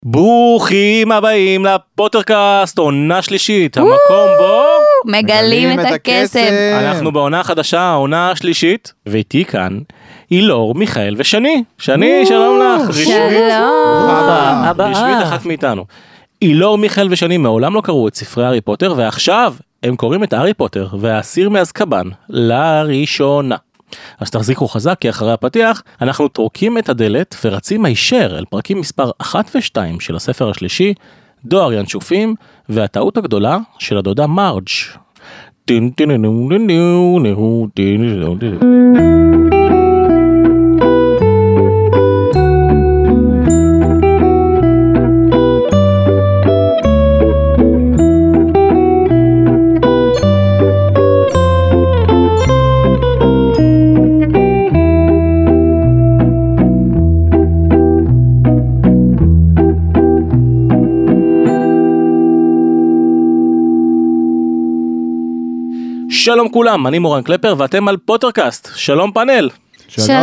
ברוכים הבאים לפוטרקאסט, עונה שלישית, המקום בו מגלים את הקסם. אנחנו בעונה חדשה, העונה השלישית, ואיתי כאן אילור, מיכאל ושני. שני, שלום לך. שלום. רשמית אחת מאיתנו. אילור, מיכאל ושני מעולם לא קראו את ספרי הארי פוטר, ועכשיו הם קוראים את הארי פוטר והאסיר מאזקבאן לראשונה. אז תחזיקו חזק, כי אחרי הפתיח אנחנו טורקים את הדלת ורצים הישר אל פרקים מספר 1 ו-2 של הספר השלישי, דואר ינשופים, והטעות הגדולה של הדודה מרג'. שלום כולם, אני מורן קלפר ואתם על פוטרקאסט. שלום פאנל. שלום.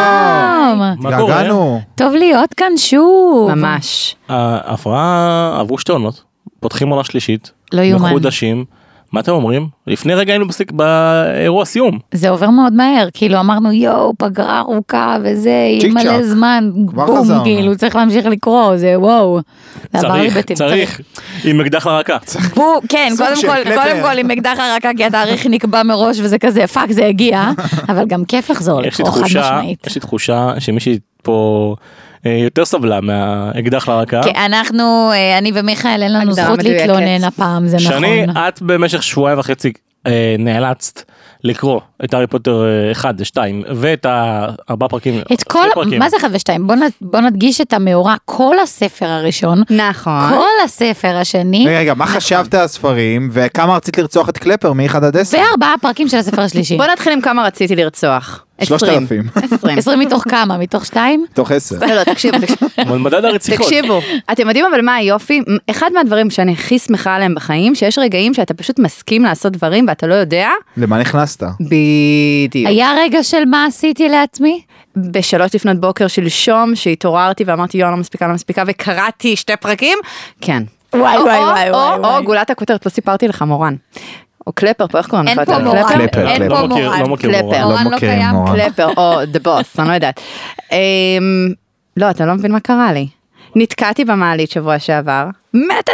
מה קורה? טוב להיות כאן שוב. ממש. ההפרעה עברו 2 עונות, פותחים עונה שלישית, לא יומן. מחודשים. מה אתם אומרים? לפני רגע היינו באירוע סיום. זה עובר מאוד מהר, כאילו אמרנו יואו, פגרה ארוכה וזה, יהיה מלא זמן, בום, כאילו צריך להמשיך לקרוא, זה וואו. צריך, עם אקדח לרקה. כן, קודם כל עם אקדח לרקה, כי התאריך נקבע מראש וזה כזה, פאק זה הגיע, אבל גם כיף לחזור לקרוא חד משמעית. יש לי תחושה שמישהי פה יותר סבלה מהאקדח לרקה. כי אני ומיכאל אין לנו זכות להתלונן הפעם, זה נכון. שני, את במשך 1.5 שבועות נאלצת לקרוא את הארי פוטר 1 ו-2 ואת 4 פרקים. את כל, מה זה 1 ו-2? בוא נדגיש את המאורע, כל הספר הראשון. נכון. כל הספר השני. רגע, מה חשבת על הספרים, וכמה רצית לרצוח את קלפר מ-1 עד 10? ו4 פרקים של הספר השלישי. בוא נתחיל עם כמה רציתי לרצוח. 3,000. 20 מתוך כמה? מתוך 2? מתוך 10. לא, תקשיבו. מדד הרציחות. תקשיבו, אתם יודעים אבל מה היופי? אחד מהדברים שאני הכי שמחה עליהם בחיים, שיש רגעים שאתה פשוט מסכים לעשות דברים ואתה לא יודע. למה נכנסת? בדיוק. היה רגע של מה עשיתי לעצמי? ב3 לפנות בוקר שלשום, שהתעוררתי ואמרתי יואו, לא מספיקה, וקראתי 2 פרקים, כן. וואי. או גולת הכותרת, לא סיפרתי לך מורן. או קלפר, פה איך קוראים לך? אין פה מורן. אין פה מורן. לא מכיר מורן. מורן לא קיים. קלפר, או The Boss, אני לא יודעת. לא, אתה לא מבין מה קרה לי. נתקעתי במעלית שבוע שעבר, מתה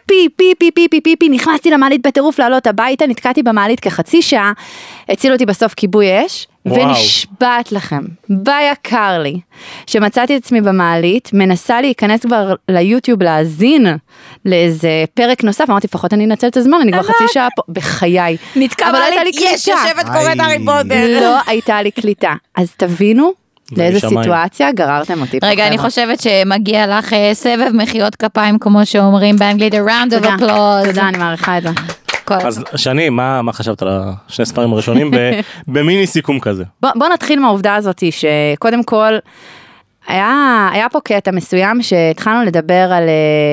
פי, נכנסתי למעלית בטירוף לעלות הביתה, נתקעתי במעלית כחצי שעה, הציל אותי בסוף כיבוי אש, ונשבעת לכם, ביקר לי, שמצאתי את עצמי במעלית, מנסה להיכנס כבר ליוטיוב להאזין לאיזה פרק נוסף, אמרתי לפחות אני אנצל את הזמן, אני כבר חצי שעה פה, בחיי. נתקע מעלית, יש יושבת קוראת הארי פוטר. לא הייתה לי קליטה, אז תבינו, לאיזה סיטואציה גררתם אותי פה. רגע, אני חושבת שמגיע לך סבב מחיאות כפיים, כמו שאומרים באנגלית, a round of applause. תודה, אני מעריכה את זה. אז שני, מה חשבת על 2 ספרים הראשונים במיני סיכום כזה? בוא נתחיל מהעובדה הזאת, שקודם כל, היה פה קטע מסוים שהתחלנו לדבר על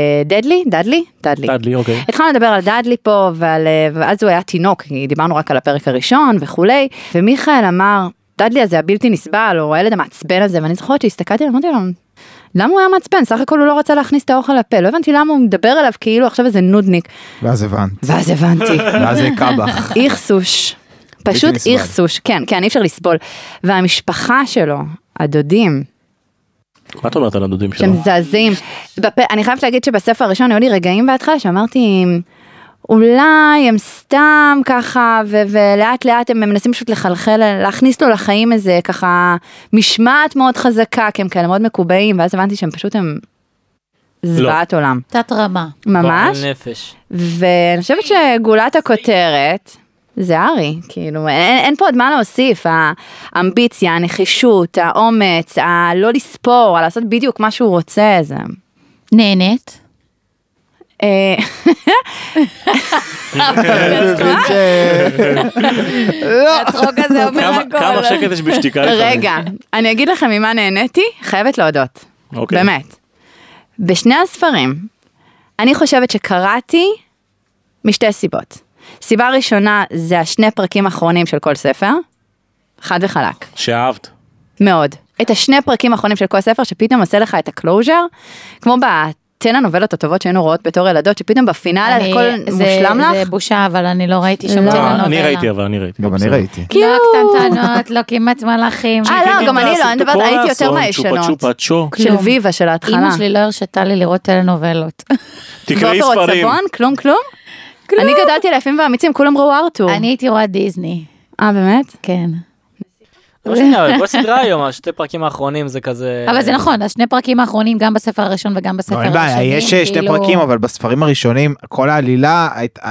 דאדלי, אוקיי. התחלנו לדבר על דאדלי פה, ואז הוא היה תינוק, דיברנו רק על הפרק הראשון וכולי, ומיכאל אמר, דאדלי הזה הבלתי נסבל, או הילד המעצבן הזה, ואני זוכרת שהסתכלתי, אמרתי לו, למה הוא היה מעצבן? סך הכל הוא לא רצה להכניס את האוכל לפה, לא הבנתי למה הוא מדבר עליו כאילו עכשיו איזה נודניק. ואז הבנתי. ואז זה קבח. איכסוש, פשוט איכסוש, כן, אי אפשר לסבול. והמשפחה שלו, הדודים. מה את אומרת על הדודים שלו? שמזעזעים. אני חייבת להגיד שבספר הראשון היו לי רגעים בהתחלה שאמרתי, אולי הם סתם ככה, ולאט לאט הם מנסים פשוט לחלחל, להכניס לו לחיים איזה ככה משמעת מאוד חזקה, כי הם כאלה מאוד מקובעים, ואז הבנתי שהם פשוט הם זוועת עולם. תת רמה. ממש. ואני חושבת שגולת הכותרת, זה ארי, כאילו, אין פה עוד מה להוסיף, האמביציה, הנחישות, האומץ, הלא לספור, לעשות בדיוק מה שהוא רוצה, זה... נהנית? הצחוק הזה אומר הכל. כמה שקט יש בשתיקה לפעמים. רגע, אני אגיד לכם ממה נהניתי, חייבת להודות. באמת. בשני הספרים, אני חושבת שקראתי משתי סיבות. סיבה ראשונה זה 2 פרקים האחרונים של כל ספר, חד וחלק. שאהבת. מאוד. את 2 פרקים האחרונים של כל ספר, שפתאום עושה לך את הקלוז'ר, כמו הטלנובלות הטובות שהיינו רואות בתור ילדות, שפתאום בפינאלה הכל מושלם לך. זה בושה, אבל אני לא ראיתי שם טלנובלה. אני ראיתי, אבל אני ראיתי. גם אני ראיתי. לא קטנטנות, לא כמעט מלאכים. לא, גם אני לא, אני מדברת, הייתי יותר מהישנות. של ויבה של ההתחלה. אמא שלי לא הרשתה לי לראות טלנובלות. תקראי ספרים. כלום? אני גדלתי ליפים ואמיצים, כולם ראו ארתור. אני הייתי רואה דיסני. באמת? כן. לא משנה, אבל כל סדרה היום, השתי פרקים האחרונים זה כזה... אבל זה נכון, השני פרקים האחרונים גם בספר הראשון וגם בספר השני. אין בעיה, יש שתי פרקים, אבל בספרים הראשונים, כל העלילה,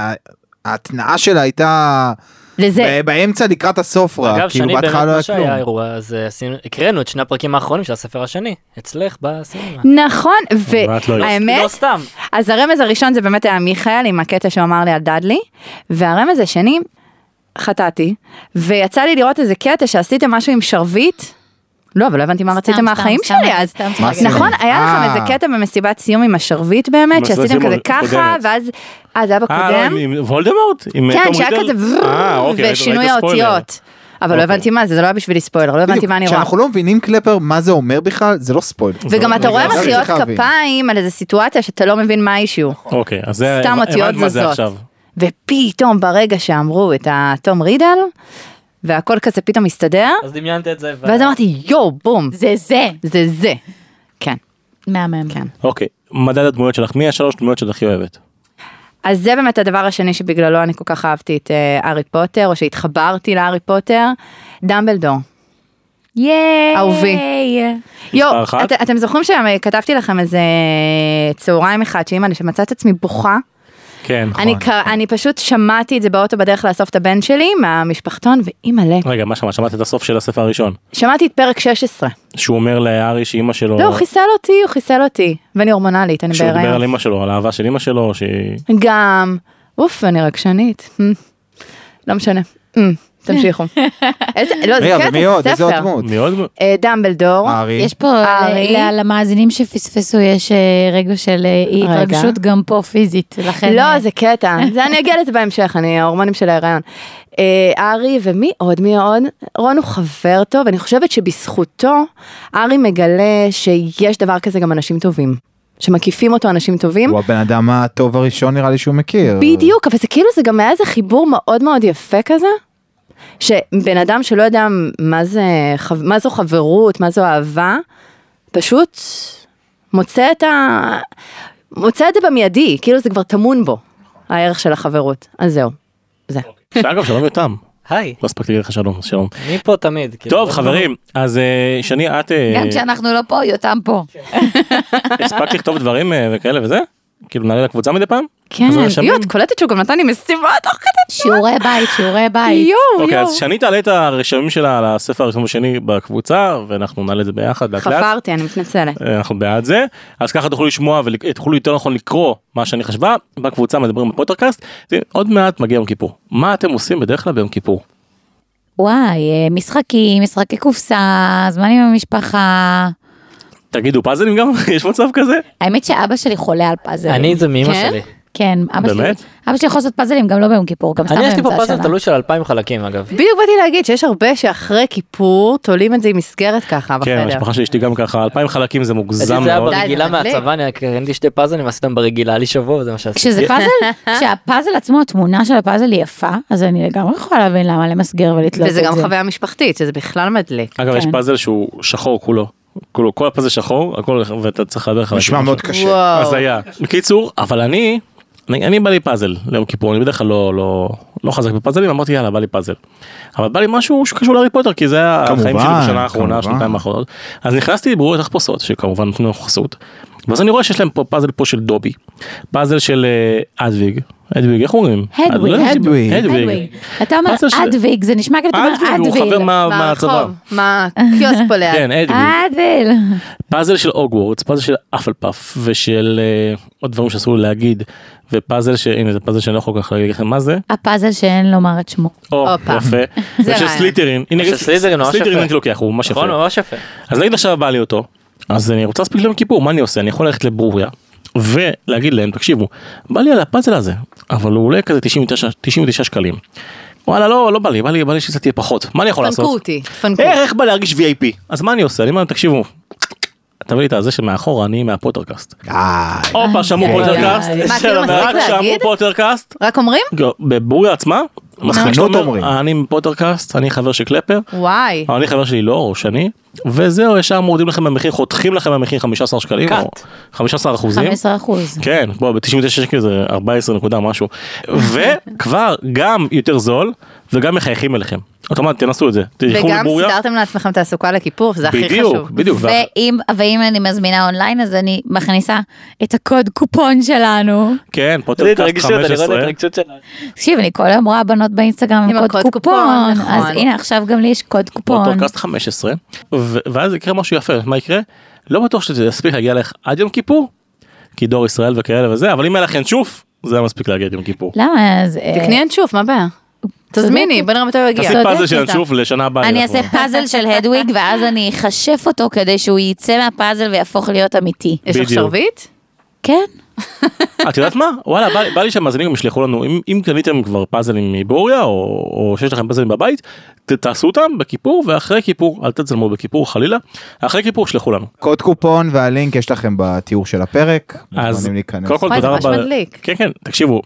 ההתנאה שלה הייתה... באמצע לקראת הסוף רק. אגב, שני באמת מה שהיה אירוע, אז הקראנו את שני הפרקים האחרונים של הספר השני, אצלך בסינמה. נכון, והאמת, אז הרמז הראשון זה באמת היה מיכאל עם הקטע שהוא אמר לי על דאדלי, והרמז השני, חטאתי, ויצא לי לראות איזה קטע שעשיתם משהו עם שרביט, לא, אבל לא הבנתי מה רציתם מהחיים שלי, אז נכון, היה לכם איזה קטע במסיבת סיום עם השרביט באמת, שעשיתם כזה ככה, ואז זה היה בקודם. עם וולדמורט? כן, שהיה כזה ושינוי האותיות. אבל לא הבנתי מה זה, זה לא היה בשבילי ספוילר, לא הבנתי מה אני רואה. כשאנחנו לא מבינים קלפר מה זה אומר בכלל, זה לא ספוילר. וגם אתה רואה מחיאות כפיים על איזה סיטואציה שאתה לא מבין מה האישיו. אוקיי, אז זה... סתם אותיות זזות. ופתאום ברגע שאמרו את התום רידל, והכל כזה פתאום מסתדר. אז דמיינת את זה. ואז אמרתי, יו, בום. זה. כן. מהמם. כן. אוקיי, מדד הדמויות שלך, מי השלוש דמויות שלך הכי אוהבת? אז זה באמת הדבר השני שבגללו אני כל כך אהבתי את הארי פוטר, או שהתחברתי להארי פוטר, דמבלדור. ייי! אהובי. יו, אתם זוכרים שכתבתי לכם איזה צהריים אחד, שאמא לי שמצאת עצמי בוכה, כן. אני פשוט שמעתי את זה באוטו בדרך לאסוף את הבן שלי מהמשפחתון, ואימא'לה. רגע, מה שמעת את הסוף של הספר הראשון? שמעתי את פרק 16. שהוא אומר לארי שאימא שלו... לא, הוא חיסל אותי, ואני הורמונלית, אני בהיריון. שהוא דיבר על אימא שלו, על האהבה של אימא שלו, שהיא... גם, אני רגשנית. לא משנה. תמשיכו. לא, זה קטע, איזה עוד דמות? דמבלדור. יש פה, למאזינים שפספסו, יש רגע של התרגשות גם פה פיזית. לא, זה קטע. זה אני אגיע לזה בהמשך, אני ההורמונים של ההיריון. ארי ומי עוד? רון הוא חבר טוב, אני חושבת שבזכותו, ארי מגלה שיש דבר כזה גם אנשים טובים. שמקיפים אותו אנשים טובים. הוא הבן אדם הטוב הראשון נראה לי שהוא מכיר. בדיוק, אבל זה כאילו זה גם היה איזה חיבור מאוד מאוד יפה כזה. שבן אדם שלא יודע מה זו חברות, מה זו אהבה, פשוט מוצא את זה במיידי, כאילו זה כבר תמון בו, הערך של החברות. אז זהו, זה. אגב, שלום יותם. היי. לא הספקתי להגיד לך שלום. אני פה תמיד. טוב, חברים, אז שני, את... גם כשאנחנו לא פה, יותם פה. הספקת לכתוב דברים וכאלה וזה? כאילו נעלה לקבוצה מדי פעם? כן, את קולטת שהוא גם נתן לי משימה תוך כדי. שיעורי בית. אוקיי, אז שאני תעלה את הרשמים שלה לספר הראשון ושני בקבוצה, ואנחנו נעלה את זה ביחד. חפרתי, אני מתנצלת. אנחנו בעד זה, אז ככה תוכלו לשמוע ותוכלו יותר נכון לקרוא מה שאני חשבה, בקבוצה מדברים בפודקאסט, עוד מעט מגיע יום כיפור. מה אתם עושים בדרך כלל ביום כיפור? וואי, משחקי קופסה, זמן עם המשפחה. תגידו, פאזלים גם? יש מצב כזה? האמת שאבא שלי חולה על פאזלים. אני זה מאמא שלי. כן, אבא שלי יכול לעשות פאזלים גם לא ביום כיפור, גם סתם באמצע השנה. אני יש לי פה פאזל תלוי של 2,000 חלקים אגב. בדיוק באתי להגיד שיש הרבה שאחרי כיפור תולים את זה עם מסגרת ככה בחדר. כן, המשפחה שלי אשתי גם ככה, 2,000 חלקים זה מוגזם מאוד. זה היה ברגילה מהצבא, אני קראתי שתי פאזלים, עשיתם ברגילה לי שבוע, זה מה שעשיתי. כשזה פאזל, כשהפאזל עצמו, התמונה של הפאזל היא יפה, אז אני לגמרי יכולה להבין למה למסגר ולתלות את זה. וזה גם חוויה משפחתית, שזה בכלל מדליק. אגב, יש פאזל שהוא שחור כולו. כל הפאזל שחור, הכל, ואתה צריך לדבר לך. נשמע מאוד קשה. אז היה. בקיצור, אבל אני בא לי פאזל ליום כיפור, אני בדרך כלל לא חזק בפאזלים, אמרתי יאללה, בא לי פאזל. אבל בא לי משהו שקשור להארי פוטר, כי זה היה החיים שלי בשנה האחרונה, שנתיים האחרונות. אז נכנסתי לברורי תחפושות, שכמובן נתנו חסות. ואז אני רואה שיש להם פה פאזל פה של דובי, פאזל של אדוויג, איך אומרים? הדוויג. אתה אומר אדוויג, זה נשמע כאילו אתה אומר אדוויל. הוא חבר מהצבא. מה, קיוסק פה ליד. כן, אדוויל. פאזל של אוגוורטס, פאזל של אפלפאף, ושל עוד דברים שאסור לי להגיד, ופאזל הנה זה פאזל שאני לא יכול כך להגיד לכם מה זה. הפאזל שאין לומר את שמו. יפה. ושל סליטרין. סליטרין אני לוקח, הוא ממש יפה. ממש יפה. אז נגיד עכשיו בא לי אותו, אז אני רוצה להספיק ליום כיפור, מה אני עושה? אני יכול ללכת לברוריה, ולהגיד להם, תקשיבו, בא לי על הפאזל הזה, אבל הוא עולה כזה 99 שקלים. וואלה, לא בא לי שזה תהיה פחות. מה אני יכול לעשות? פנקו אותי. איך בא להרגיש VIP? אז מה אני עושה? אני אומר, תקשיבו, תביא לי את זה שמאחורה, אני מהפוטרקאסט. איי. הופה, שמעו פוטרקאסט. מה, כאילו מספיק רק שמעו להגיד? פוטרקאסט. רק אומרים? בבוריה עצמה. מחנות אומרים. אני מפוטרקאסט, אני חבר של קלפר. וואי. אני חבר שלי לא, או שני. וזהו, ישר מורדים לכם במחיר, חותכים לכם במחיר 15 שקלים. או 15 אחוזים. 15%. כן, בוא, ב-99 שקל זה 14 נקודה משהו. וכבר גם יותר זול, וגם מחייכים אליכם. אוטומט, תנסו את זה. וגם סידרתם לעצמכם תעסוקה לכיפור, זה הכי חשוב. בדיוק. ואם אני מזמינה אונליין, אז אני מכניסה את הקוד קופון שלנו. כן, פוטרקאסט 15. תקשיב, אני כל היום רואה בנות באינסטגרם עם קוד קופון, אז הנה עכשיו גם לי יש קוד קופון. פוטרקאסט 15, ואז יקרה משהו יפה, מה יקרה? לא בטוח שזה יספיק להגיע לך עד יום כיפור, כי דור ישראל וכאלה וזה, אבל אם היה לך ינשוף, זה היה מספיק להגיע עד יום כיפור. למה? תקני ינשוף, מה בעיה? תזמיני, בוא נראה מתי הוא יגיע. תעשי פאזל של ינשוף לשנה הבאה. אני אעשה פאזל של הדוויג, ואז אני אחשף אותו כדי שהוא יצא מהפאזל ויהפוך להיות אמיתי. יש לך שרביט? כן. את יודעת מה? וואלה, בא לי שהמאזינים גם ישלחו לנו, אם קניתם כבר פאזלים מבוריה, או שיש לכם פאזלים בבית, תעשו אותם בכיפור, ואחרי כיפור, אל תצלמו בכיפור חלילה, אחרי כיפור שלחו לנו. קוד קופון והלינק יש לכם בתיאור של הפרק. אז קודם כל תודה רבה. כן, תקשיבו.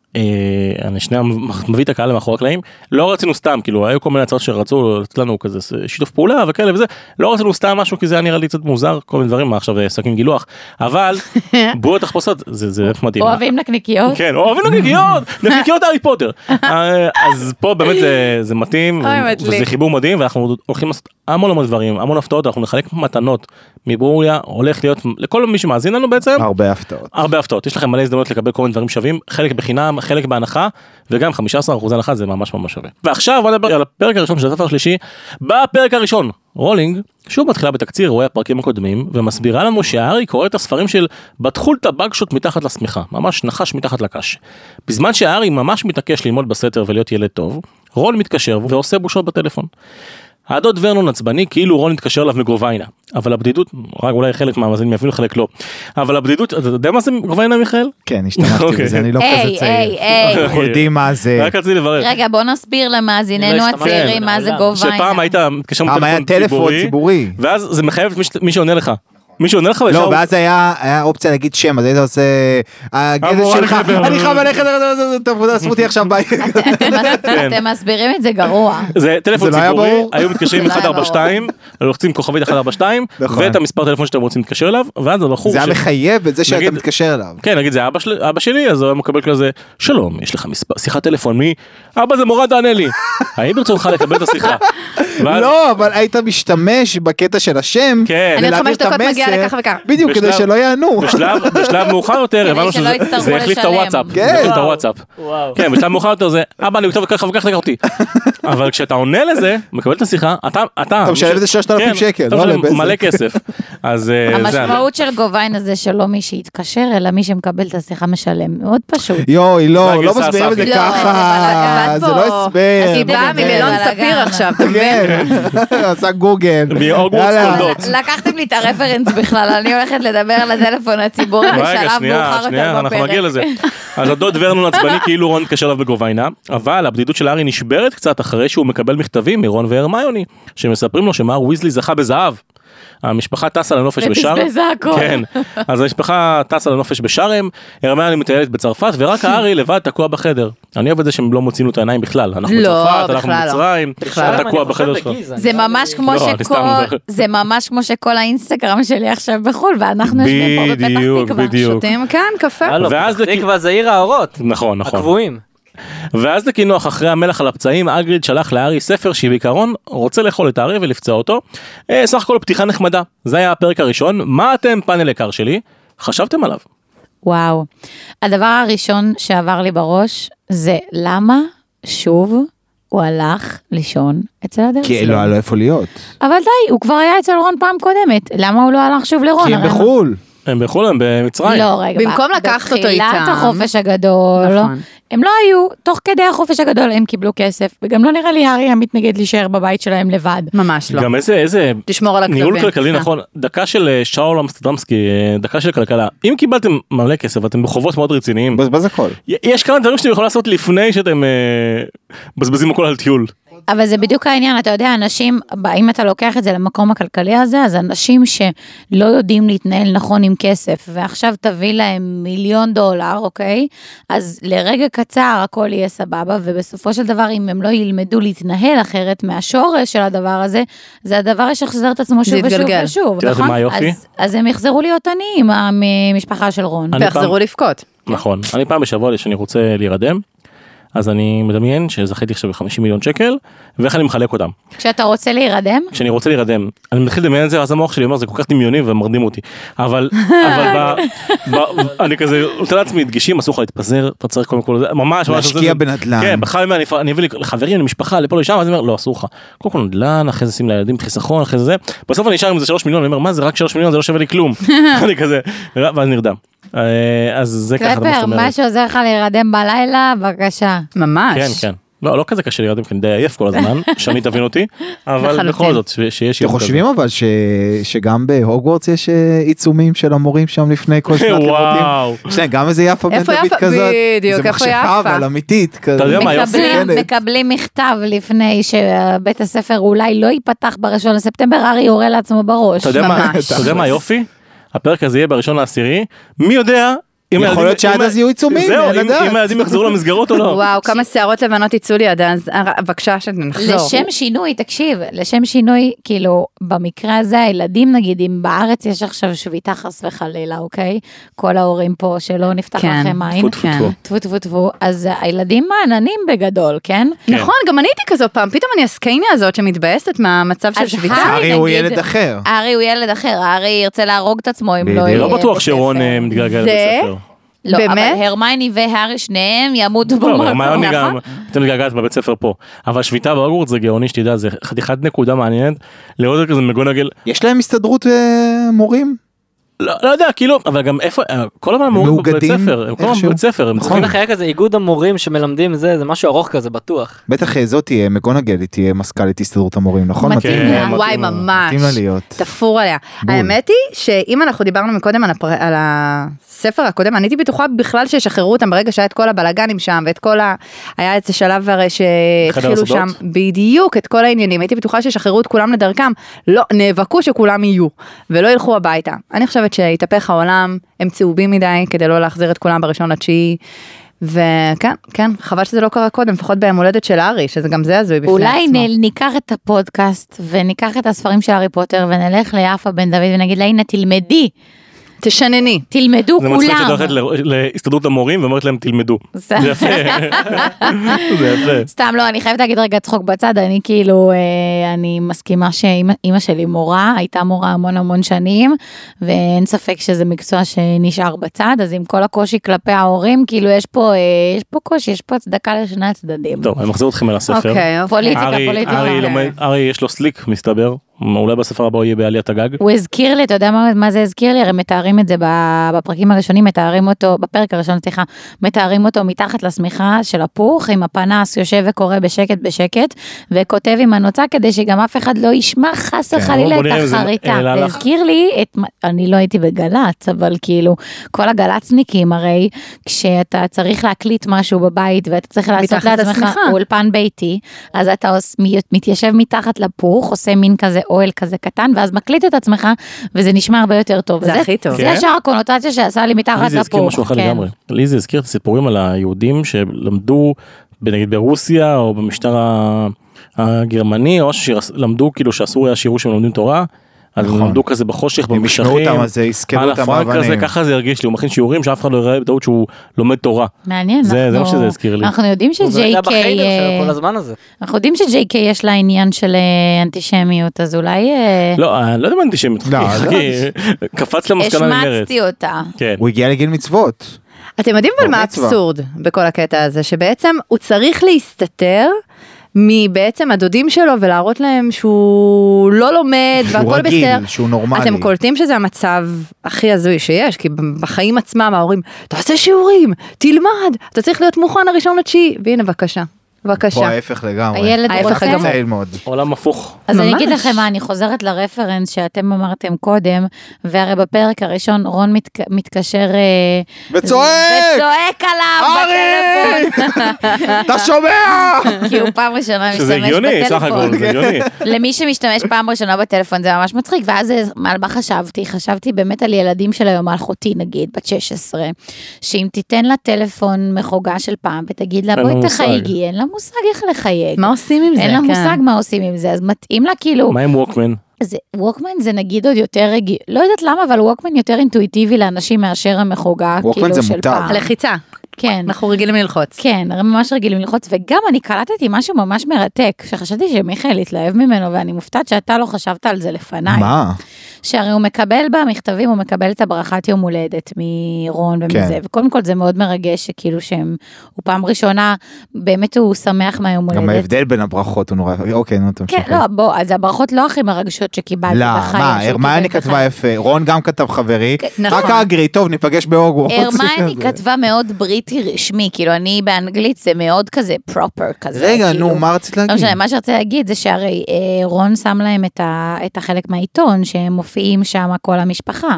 אני שנייה מביא את הקהל למאחורי הקלעים, לא רצינו סתם, כאילו היו כל מיני הצעות שרצו לתת לנו כזה שיתוף פעולה וכאלה וזה, לא רצינו סתם משהו כי זה היה נראה לי קצת מוזר, כל מיני דברים, מה עכשיו סכין גילוח, אבל בועות תחפושות, זה מדהים. אוהבים נקניקיות? כן, אוהבים נקניקיות הארי פוטר. אז פה באמת זה מתאים, וזה חיבור מדהים, ואנחנו הולכים לעשות המון דברים, המון הפתעות, אנחנו נחלק מתנות מבוריה, הולך להיות לכל מי שמאזין לנו בעצם. הרבה הפתעות, יש לכם מלא הזדמנות לקבל כל מיני דברים שווים, חלק בחינם, חלק בהנחה, וגם 15% הנחה זה ממש שווה. ועכשיו בוא נדבר על הפרק הראשון של הספר השלישי. בפרק הראשון, רולינג שוב מתחילה בתקציר רואה הפרקים הקודמים, ומסבירה לנו שהארי קורא את הספרים של בתחולת הבגשות מתחת לשמיכה, ממש נחש מתחת לקש. בזמן שהארי ממש מתעקש ללמוד בסתר ולהיות ילד טוב, רון מתקשר ועושה בושות בטלפון. הדוד ורנון עצבני כאילו רון התקשר אליו מגרוביינה, אבל הבדידות, רק אולי חלק מהמאזינים אפילו חלק לא, אבל הבדידות, אתה יודע מה זה גרוביינה מיכאל? כן, השתמשתי בזה, אני לא כזה צעיר. אנחנו יודעים מה זה. רק רציתי לברר. רגע, בוא נסביר למאזיננו הצעירים מה זה גרוביינה. שפעם היית מתקשר טלפון ציבורי, ואז זה מחייב מי שעונה לך. מי שעונה לך לא, ואז היה אופציה להגיד שם, אז היית עושה הגדל שלך, אני חייב ללכת, תעשו אותי עכשיו ביי. אתם מסבירים את זה גרוע. זה טלפון ציבורי, היו מתקשרים 142, לוחצים כוכבית 142, ואת המספר טלפון שאתם רוצים להתקשר אליו, ואז הבחור... זה היה מחייב את זה שאתה מתקשר אליו. כן, נגיד זה אבא שלי, אז הוא מקבל כזה, שלום, יש לך שיחת טלפון, מי? אבא זה מורד תענה לי. האם ברצונך לקבל את השיחה? לא, אבל היית משתמש בקטע של השם, בדיוק, כדי שלא יענו. בשלב מאוחר יותר, הבנו שזה החליף את הוואטסאפ. כן, בשלב מאוחר יותר זה, אבא, אני כתוב וכך וכך אותי. אבל כשאתה עונה לזה, מקבל את השיחה, אתה משלם את זה 3,000 שקל. אתה משלם מלא כסף. המשמעות של גוביין זה שלא מי שיתקשר, אלא מי שמקבל את השיחה משלם. מאוד פשוט. יואי, לא מסבירים את זה ככה, זה לא הסבר. אז היא באה ממילון ספיר עכשיו, אתה מבין? עשה גוגל. לקחתם לי את הרפרנס בכלל, אני הולכת לדבר על הטלפון הציבורי בשלב מאוחר יותר אנחנו נגיע לזה. אז הדוד ורנון עצבני כאילו רון מתקשר אליו בגרוביינה, אבל הבדידות של הארי נשברת קצת אחרי שהוא מקבל מכתבים מרון והרמיוני, שמספרים לו שמר ויזלי זכה בזהב. המשפחה טסה לנופש בשארם. כן. אז המשפחה טסה לנופש בשארם, הרמיוני מטיילת בצרפת, ורק הארי לבד תקוע בחדר. אני אוהב את זה שהם לא מוציאים לו את העיניים בכלל. אנחנו בצרפת, אנחנו במצרים, תקוע בחדר שלך. זה ממש כמו שכל האינסטגרם שלי עכשיו בחול, ואנחנו יושבים פה בפתח תקווה. שותים כאן קפה. פתח תקווה זה עיר האורות. נכון. הקבועים. ואז לקינוח אחרי המלח על הפצעים, אגריד שלח להארי ספר שבעיקרון רוצה לאכול את הארי ולפצע אותו. סך הכל פתיחה נחמדה. זה היה הפרק הראשון. מה אתם, פאנל יקר שלי, חשבתם עליו? וואו. הדבר הראשון שעבר לי בראש זה למה שוב הוא הלך לישון אצל הדרסלים. כי לא היה לו איפה להיות. אבל די, הוא כבר היה אצל רון פעם קודמת. למה הוא לא הלך שוב לרון? כי הם בחול. הם בחול, הם במצרים. לא, רגע. במקום לקחת אותו איתם. בתחילת החופש הגדול. נכון. הם לא היו, תוך כדי החופש הגדול הם קיבלו כסף, וגם לא נראה לי הארי היה מתנגד להישאר בבית שלהם לבד. ממש לא. גם איזה תשמור על הכלבים. ניהול כלכלי נכון, דקה של שאול אמסטרדמסקי, דקה של כלכלה, אם קיבלתם מלא כסף, אתם בחובות מאוד רציניים. בזבז הכל. יש כמה דברים שאתם יכולים לעשות לפני שאתם בזבזים הכל על טיול. אבל זה בדיוק העניין, אתה יודע, אנשים, אם אתה לוקח את זה למקום הכלכלי הזה, אז אנשים שלא יודעים להתנהל נכון עם כסף, ועכשיו תביא להם $1,000,000, אוקיי? אז לרגע קצר הכל יהיה סבבה, ובסופו של דבר, אם הם לא ילמדו להתנהל אחרת מהשורש של הדבר הזה, זה הדבר ישחזר את עצמו שוב ושוב ושוב. אתה יודע מה היופי? אז הם יחזרו להיות עניים, המשפחה של רון. ויחזרו לבכות. נכון, אני פעם בשבוע שאני רוצה להירדם, אז אני מדמיין שזכיתי עכשיו ב$50 מיליון, ואיך אני מחלק אותם. כשאתה רוצה להירדם? כשאני רוצה להירדם, אני מתחיל לדמיין את זה, אז המוח שלי אומר, זה כל כך דמיוני ומרדים אותי. אבל אני כזה, נותן לעצמי דגשים, אסור לך להתפזר, אתה צריך קודם כל, ממש. להשקיע בנדל"ן. כן, בכלל אני אביא לחברים, למשפחה, לפה לשם, אז אני אומר, לא, אסור לך. קודם כל נדל"ן, אחרי זה שים לילדים חיסכון, אחרי זה. בסוף אני נשאר עם זה 3 מיליון, אני אומר, מה זה רק 3 מיליון, זה לא שווה לי כלום. אני כזה, ואז נרדם. אז זה ככה. קלפר, מה שעוזר לך להירדם בלילה, בבקשה. ממש. כן, כן. לא כזה קשה להירדם, כי אני די עייף כל הזמן, שאני תבין אותי, אבל בכל זאת, שיש... אתם חושבים אבל שגם בהוגוורטס יש עיצומים של המורים שם לפני כל שנת לימודים? וואו. יש להם גם איזה יפה בן דוד כזאת? בדיוק, איפה זה מחשבה אבל אמיתית. אתה יודע מה יופי? מקבלים מכתב לפני שבית הספר אולי לא ייפתח ב1 לספטמבר, ארי יורה לעצמו בראש. אתה יודע מה יופי? הפרק הזה יהיה ב1/10, מי יודע... יכול להיות שעד אז יהיו עיצומים, זהו, אם הילדים יחזרו למסגרות או לא. וואו, כמה שערות לבנות יצאו לי עד אז, בבקשה שנחזור. לשם שינוי, תקשיב, לשם שינוי, כאילו, במקרה הזה, הילדים נגיד, אם בארץ יש עכשיו שביתה חס וחלילה, אוקיי? כל ההורים פה שלא נפתח לכם עין. טפו טפו טפו. אז הילדים מעננים בגדול, כן? נכון, גם אני הייתי כזו פעם, פתאום אני הסקייניה הזאת שמתבאסת מהמצב של שביתה. ארי הוא ילד אחר. ארי הוא ילד אחר, ארי ירצה להרוג את עצמו אם לא... לא בטוח שרון מתגלגל לבית ספר. לא, באמת? אבל הרמייני והארי שניהם ימותו במקום. לא, הרמייני גם, אתם מתגלגלת בבית ספר פה. אבל שביתה בהוגוורטס זה גאוני, שתדע, זה חתיכת נקודה מעניינת, לראות כזה מגונגל. יש להם הסתדרות מורים? לא יודע, כאילו, אבל גם איפה, כל הזמן מורים בבית ספר, הם כל הזמן בבית ספר, הם צריכים... אחרי כזה, איגוד המורים שמלמדים זה משהו ארוך כזה, בטוח. בטח זאת תהיה, מגונגל תהיה מזכ"לית הסתדרות המורים, נכון? מתאים לה, וואי ממש, מתאים לה להיות. תפור עליה. האמת היא שאם אנחנו דיברנו מקודם על הספר הקודם, אני הייתי בטוחה בכלל שישחררו אותם ברגע שהיה את כל הבלגנים שם, ואת כל היה איזה שלב הרי שהתחילו שם בדיוק את כל העניינים, הייתי בטוחה שישחררו את כולם לדרכם, לא, נאבקו שכולם יהיו, ולא ילכו הביתה. אני חושבת שהתהפך העולם, הם צהובים מדי, כדי לא להחזיר את כולם ב1/9, וכן, כן, חבל שזה לא קרה קודם, לפחות ביום הולדת של ארי, שזה גם זה הזוי בפני עצמו. אולי ניקח את הפודקאסט, וניקח את הספרים של הארי פוטר, ונלך ליפה בן דוד, ונגיד לה, הנה תלמדי. תשנני. תלמדו כולם. זה מצחיק שאת הולכת להסתדרות המורים ואומרת להם תלמדו. זה יפה. זה יפה. סתם לא, אני חייבת להגיד רגע צחוק בצד, אני כאילו, אני מסכימה שאמא שלי מורה, הייתה מורה המון שנים, ואין ספק שזה מקצוע שנשאר בצד, אז עם כל הקושי כלפי ההורים, כאילו יש פה קושי, יש פה הצדקה לשני הצדדים. טוב, אני מחזיר אתכם אל הספר. פוליטיקה. ארי יש לו סליק, מסתבר. אולי בספר הבא יהיה בעליית הגג. הוא הזכיר לי, אתה יודע מה זה הזכיר לי? הרי מתארים את זה בפרקים הראשונים, מתארים אותו, בפרק הראשון, סליחה, מתארים אותו מתחת לשמיכה של הפוך, עם הפנס יושב וקורא בשקט, וכותב עם הנוצה, כדי שגם אף אחד לא ישמע חס וחלילה את החריטה. והזכיר לי, אני לא הייתי בגלץ, אבל כאילו, כל הגלצניקים, הרי כשאתה צריך להקליט משהו בבית, ואתה צריך לעשות לעצמך אולפן ביתי, אז אתה מתיישב מתחת לפוך, עושה מין כזה אוהל כזה קטן, ואז מקליט את עצמך, וזה נשמע הרבה יותר טוב. זה הכי טוב. זה ישר הקונוטציה שעשה לי מתחת לפוך. לי זה הזכיר משהו אחר לגמרי. לי זה הזכיר את הסיפורים על היהודים שלמדו, נגיד ברוסיה, או במשטר הגרמני, או שלמדו כאילו שאסור היה שיראו שהם לומדים תורה, אז הם למדו כזה בחושך, במשכים, על הפרק כזה, ככה זה הרגיש לי, הוא מכין שיעורים שאף אחד לא יראה בטעות שהוא לומד תורה. מעניין, זה מה שזה הזכיר לי. אנחנו יודעים ש-JK יש לה עניין של אנטישמיות, אז אולי... לא, אני לא יודע מה אנטישמיות, קפץ למסקנה נמרת. השמצתי אותה. הוא הגיע לגיל מצוות. אתם יודעים אבל מה אבסורד בכל הקטע הזה, שבעצם הוא צריך להסתתר, מבעצם הדודים שלו ולהראות להם שהוא לא לומד והכל בסדר. שהוא רגיל, שהוא נורמלי. אתם קולטים שזה המצב הכי הזוי שיש, כי בחיים עצמם ההורים, תעשה שיעורים, תלמד, אתה צריך להיות מוכן 1/9, והנה בבקשה. בבקשה. פה ההפך לגמרי. הילד ההפך רוצה? הגמור. ללמוד. עולם הפוך. אז אני אגיד ממש. לכם מה, אני חוזרת לרפרנס שאתם אמרתם קודם, והרי בפרק הראשון רון מתקשר... וצועק! וצועק עליו בטלפון. אתה שומע? כי הוא פעם ראשונה שזה משתמש הגיוני, סך הכל, בטלפון. זה הגיוני. למי שמשתמש פעם ראשונה בטלפון זה ממש מצחיק, ואז על מה חשבתי באמת על ילדים של היום, על אחותי נגיד, בת 16, שאם תיתן לה טלפון מחוגה של פעם, ותגיד לה אין לה בואי מושג. תחייגי, אין לה מושג איך לחייג. מה עושים עם זה? אין לה כן. מושג מה עושים עם זה, אז מתאים לה כאילו, מה עם ווקמן? ווקמן זה נגיד עוד יותר רגיל, לא יודעת למה, אבל ווקמן יותר אינטואיטיבי לאנשים מאשר המחוגה, ווקמן כאילו זה של מותג. פעם. הלחיצה. כן. אנחנו רגילים ללחוץ. כן, ממש רגילים ללחוץ, וגם אני קלטתי משהו ממש מרתק, שחשבתי שמיכאל התלהב ממנו, ואני מופתעת שאתה לא חשבת על זה לפניי. מה? שהרי הוא מקבל במכתבים, הוא מקבל את הברכת יום הולדת מרון ומזה, כן. וקודם כל זה מאוד מרגש, שכאילו שהם, הוא פעם ראשונה, באמת הוא שמח מהיום הולדת. גם ההבדל בין הברכות הוא נורא, אוקיי, נו, תמשיך. כן, לא, בוא, אז הברכות לא הכי מרגשות שקיבלתי לא, בחיי. מה, שהוא הרמייני קיבל כתבה בחיי. יפה, רון גם כתב חברי, נכון. רק אגרי, טוב, ניפגש בהוגוורטס. הרמייני כתבה מאוד בריטי רשמי, כאילו אני באנגלית זה מאוד כזה פרופר כזה. רגע, כאילו, נו, מה רצית לא להגיד? משנה, מה שרציתי להגיד זה שהרי רון שם להם את החלק מהעיתון, שהם מופיעים שם כל המשפחה.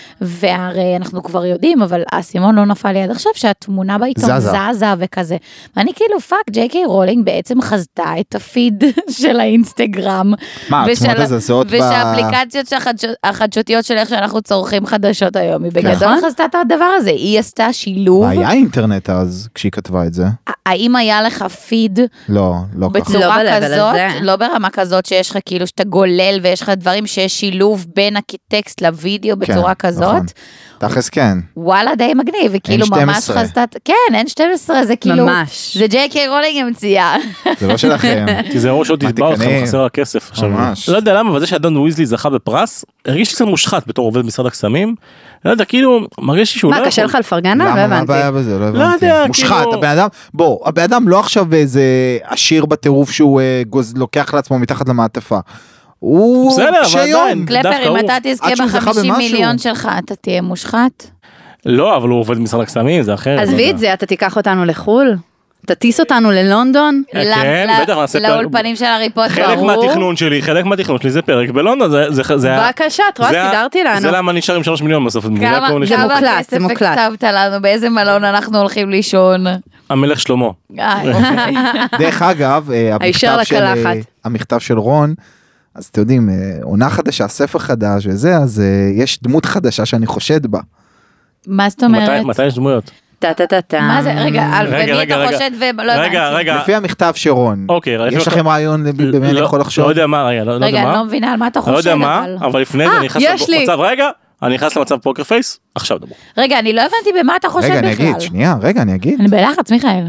והרי אנחנו כבר יודעים, אבל האסימון לא נפל לי עד עכשיו, שהתמונה בעיתון זזה וכזה. ואני כאילו, פאק, ג'יי קיי רולינג בעצם חזתה את הפיד של האינסטגרם. מה, התמונות הזזות ושהאפליקציות החדשותיות של איך שאנחנו צורכים חדשות היום, היא בגדול נכון. חזתה את הדבר הזה. היא עשתה שילוב. היה אינטרנט אז, כשהיא כתבה את זה? האם היה לך פיד לא, לא ככה. בצורה לא ב-level כזאת, הזה. לא ברמה כזאת שיש לך כאילו שאתה גולל ויש לך דברים שיש שילוב בין הטקסט לוידאו בצורה כזאת, נכון. תכלס כן. וואלה די מגניב, וכאילו ממש N12. חזת, כן, N12 זה כאילו, ממש. זה ג'יי קיי רולינג המציאה. זה לא שלכם. תיזהרו שעוד מה, תתבע אתכם, תקנים? חסר הכסף. עכשיו, ממש. לא יודע למה, אבל זה שאדון ויזלי זכה בפרס, הרגיש לי קצת מושחת בתור עובד משרד הקסמים. לא יודע, כאילו, מרגיש לי שהוא לא מה, יכול. קשה לך לפרגן? לא למה, מה הבנתי. הבעיה בזה? לא לא הבנתי. יודע, מושחת, כאילו- הבן אדם, בוא, הבן אדם לא עכשיו איזה עשיר בטירוף שהוא לוקח לעצמו מתחת למעטפה. הוא בסדר, אבל קשה יום. עדיין. קלפר, דווקא אם הוא. אתה תזכה עד שהוא זכה ב50 במשהו. מיליון שלך, אתה תהיה מושחת? לא, אבל הוא עובד במשרד הקסמים, זה אחרת. עזבי את זה, אתה תיקח אותנו לחול? תטיס אותנו ללונדון? כן, בטח, נעשה פרק. לאולפנים של הארי פוטר. חלק מהתכנון שלי זה פרק בלונדון, זה בבקשה, את רואה, סידרתי לנו. זה למה נשאר עם 3 מיליון בסוף. כמה זה מוקלט, כסף זה מוקלט. הקצבת לנו, באיזה מלון אנחנו הולכים לישון? המלך שלמה. אוקיי. דרך אגב, הישר לקלחת. המכתב של רון, אז אתם יודעים, עונה חדשה, ספר חדש וזה, אז יש דמות חדשה שאני חושד בה. מה זאת אומרת? מתי יש דמויות? טה-טה-טה-טה. מה זה? רגע, על רגע, במי רגע, אתה חושד ולא הבנתי. רגע. לפי המכתב של רון, אוקיי, יש לכם רעיון במי אני יכול לחשוב? לא יודע מה, רגע, לא יודע רגע, אני מה. לא מבינה על מה אתה לא חושד, יודע מה, אבל... אבל לפני זה אני נכנס יש לי. למצב, רגע, אני נכנס למצב פוקר פייס, עכשיו דברו. רגע, אני לא הבנתי במה אתה חושד רגע, בכלל. אני אגיד, שנייה, רגע, אני אגיד. אני בלחץ, מיכאל.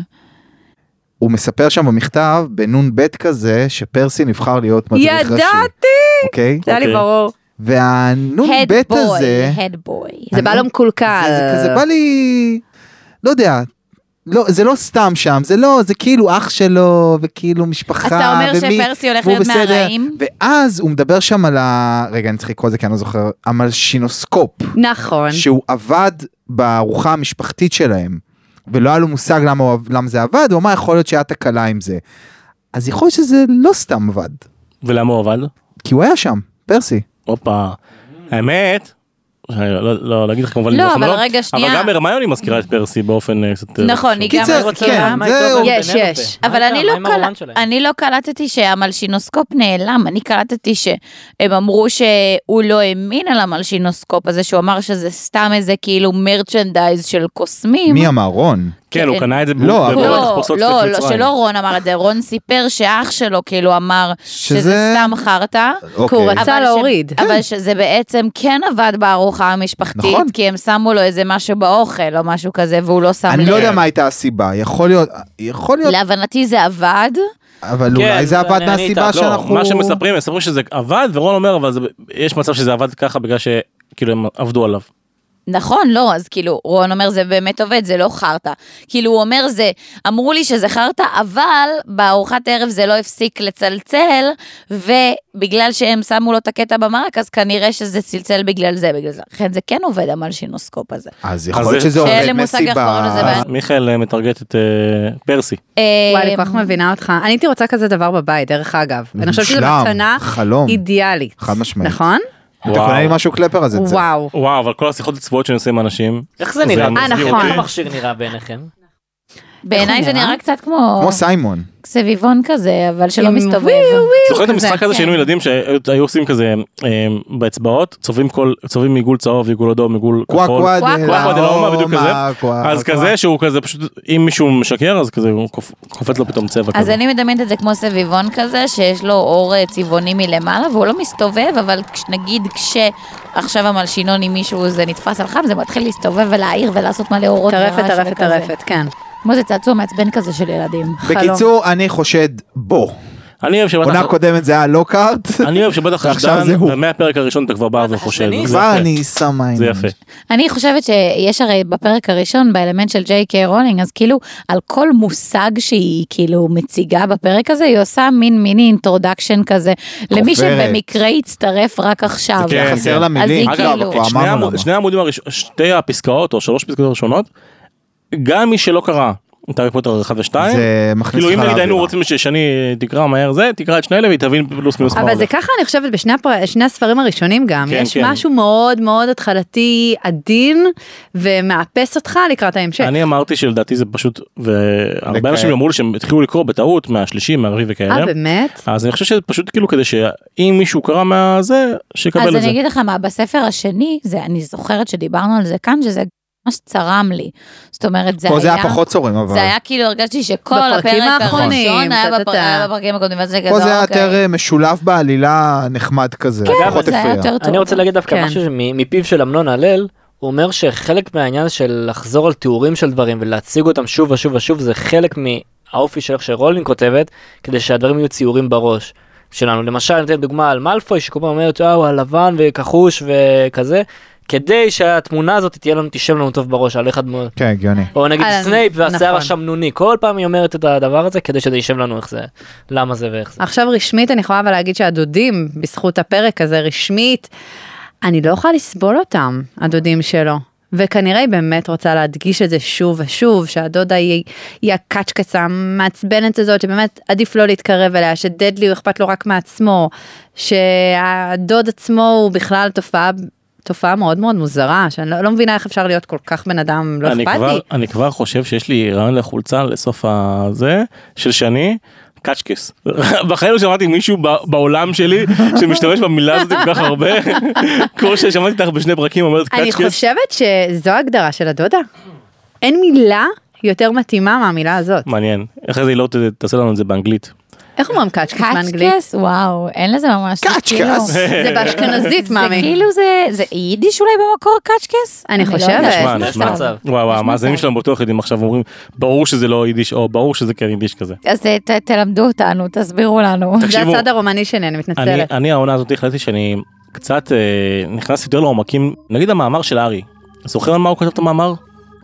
הוא מספר שם במכתב, בנון בית כזה, שפרסי נבחר להיות מדריך ראשי. ידעתי! אוקיי? זה היה לי אוקיי. ברור. והנון הד בית בוי, הזה, הד בוי. זה בא לו מקולקל. זה כזה בא לי, לא יודע, לא, זה לא סתם שם, זה לא, זה כאילו אח שלו, וכאילו משפחה, אתה אומר ומי- שפרסי הולך והוא להיות בסדר. מהרעים? ואז הוא מדבר שם על רגע, אני צריך לקרוא את זה כי אני לא זוכר, המלשינוסקופ, נכון. שהוא עבד בארוחה המשפחתית שלהם, ולא היה לו מושג למה זה עבד, הוא אמר יכול להיות שהיה תקלה עם זה. אז יכול להיות שזה לא סתם עבד, ולמה הוא עבד? כי הוא היה שם, פרסי. הופה. האמת, לא להגיד לך כמובן, לא, נכון, אבל רגע, שנייה. אבל גם הרמיוני מזכירה את פרסי באופן קצת... נכון, היא גם קיצר, מזכירה. כן, זהו. יש. אבל אני לא קלטתי שהמלשינוסקופ נעלם, אני קלטתי שהם אמרו שהוא לא האמין על המלשינוסקופ הזה, שהוא אמר שזה סתם איזה כאילו מרצ'נדייז של קוסמים. מי אמר? רון? כן, הוא קנה את זה לא, אבל- בתחפושות לא, סטף מצרים. שלא רון אמר את זה, רון סיפר שאח שלו כאילו אמר שזה שזה- סתם חרטה. כי הוא אוקיי. רצה להוריד. אבל שזה בעצם כן עבד בארוחה המשפחתית, נכון. כי הם שמו לו איזה משהו באוכל או משהו כזה, והוא לא שם אני לב. לא יודע מה הייתה הסיבה, יכול להיות, להבנתי זה עבד, אבל כן, אולי זה עבד אני מהסיבה איתך, לא, שאנחנו... מה שמספרים, יספרו שזה עבד, ורון אומר, אבל יש מצב שזה עבד ככה בגלל שכאילו הם עבדו עליו. נכון, לא, אז כאילו, רון אומר, זה באמת עובד, זה לא חרטה. כאילו, הוא אומר, אמרו לי שזה חרטה, אבל בארוחת ערב זה לא הפסיק לצלצל, ובגלל שהם שמו לו את הקטע במרק, אז כנראה שזה צלצל בגלל זה. לכן זה כן עובד, המלשינוסקופ הזה. אז יכול להיות שזה עובד מסיבה. מיכאל מטרגט את פרסי. וואי, אני כל כך מבינה אותך. אני הייתי רוצה כזה דבר בבית, דרך אגב. אני חושבת שזו מתנה אידיאלית. חד משמעית. נכון? אתה קונה לי משהו קלפר אז את זה. וואו, אבל כל השיחות הצבועות שנעשים אנשים. איך זה נראה? נכון. איך המכשיר נראה בעיניכם? בעיניי זה נראה קצת כמו סיימון. סביבון כזה, אבל שלא מסתובב. זוכרת את המשחק הזה שהיינו ילדים שהיו עושים כזה באצבעות, צובעים מעיגול צהוב, עיגול אדום, עיגול כחול. קוואקוואדלאומה, בדיוק כזה. אז כזה שהוא כזה פשוט, אם מישהו משקר, אז כזה הוא קופץ לו פתאום צבע כזה. אז אני מדמיינת את זה כמו סביבון כזה, שיש לו אור צבעוני מלמעלה, והוא לא מסתובב, אבל נגיד כשעכשיו המלשינון עם מישהו זה נתפס על חם, זה מתחיל להסתובב ולהעיר ולעשות מלא אורות. טרפת, כן. כמו זה צעצוע מעצבן כזה של ילדים. בקיצור, אני חושד בו. עונה קודמת זה היה לוקארט. אני אוהב שבטח חשדן, ומהפרק הראשון אתה כבר בא וחושד. כבר אני שם עין. זה יפה. אני חושבת שיש הרי בפרק הראשון, באלמנט של ג'יי קיי רולינג, אז כאילו על כל מושג שהיא כאילו מציגה בפרק הזה, היא עושה מיני אינטרודקשן כזה, למי שבמקרה יצטרף רק עכשיו. זה כן, חסר למילים. אגב, שני העמודים, שתי הפסקאות או 3 פסקאות הראשונות, גם מי שלא קרא את הארי פוטר 1 ו2, כאילו אם נגיד היינו רוצים שאני תקרא מהר זה, תקרא את שני אלה והיא תבין פלוס מינוס מה. אבל זה ככה אני חושבת בשני הספרים הראשונים גם, יש משהו מאוד מאוד התחלתי עדין, ומאפס אותך לקראת ההמשך. אני אמרתי שלדעתי זה פשוט, והרבה אנשים אמרו לי שהם התחילו לקרוא בטעות מהשלישי, מהרביעי וכאלה. באמת? אז אני חושב שזה פשוט כאילו כדי שאם מישהו קרא מהזה, שיקבל את זה. אז אני אגיד לך מה, בספר השני, אני זוכרת שדיברנו על זה כאן, שזה ממש צרם לי. זאת אומרת, זה היה... פה זה היה פחות צורם, אבל... זה היה כאילו, הרגשתי שכל הפרק הראשון היה בפרקים הקודמים. פה זה היה יותר משולב בעלילה נחמד כזה. כן, זה היה יותר טוב. אני רוצה להגיד דווקא משהו מפיו של אמנון הלל, הוא אומר שחלק מהעניין של לחזור על תיאורים של דברים ולהציג אותם שוב ושוב ושוב, זה חלק מהאופי של איך שרולינג כותבת, כדי שהדברים יהיו ציורים בראש שלנו. למשל, אני אתן דוגמה על מאלפוי, שכל פעם אומרת, הוא הלבן וכחוש וכזה, כדי שהתמונה הזאת תשב לנו טוב בראש, על אחד מאוד. כן, הגיוני. או נגיד סנייפ והשיער השמנוני, כל פעם היא אומרת את הדבר הזה, כדי שזה יישב לנו איך זה, למה זה ואיך זה. עכשיו רשמית, אני יכולה אבל להגיד שהדודים, בזכות הפרק הזה רשמית, אני לא יכולה לסבול אותם, הדודים שלו. וכנראה היא באמת רוצה להדגיש את זה שוב ושוב, שהדודה היא הקצ'קצה המעצבנת הזאת, שבאמת עדיף לא להתקרב אליה, שדדלי הוא אכפת לו רק מעצמו, שהדוד עצמו הוא בכלל תופעה מאוד מאוד מוזרה, שאני לא מבינה איך אפשר להיות כל כך בן אדם לא אכפתי. אני כבר חושב שיש לי רעיון לחולצה לסוף הזה, של שני, קצ'קס. בחיים שמעתי מישהו בעולם שלי, שמשתמש במילה הזאת כל כך הרבה, כמו ששמעתי אותך בשני פרקים אומרת קצ'קס. אני חושבת שזו ההגדרה של הדודה. אין מילה יותר מתאימה מהמילה הזאת. מעניין. אחרי זה היא לא תעשה לנו את זה באנגלית. איך אומרים קצ'קס באנגלית? קצ'קס, וואו, אין לזה ממש. קצ'קס. זה באשכנזית, מאמי. זה כאילו זה יידיש אולי במקור קצ'קס? אני חושבת. נשמע. וואו, המאזינים שלנו בטוח יודעים עכשיו אומרים, ברור שזה לא יידיש, או ברור שזה כן יידיש כזה. אז תלמדו אותנו, תסבירו לנו. זה הצד הרומני שלי, אני מתנצלת. אני העונה הזאת החלטתי שאני קצת נכנס יותר לעומקים, נגיד המאמר של ארי. זוכר על מה הוא כתב את המאמר?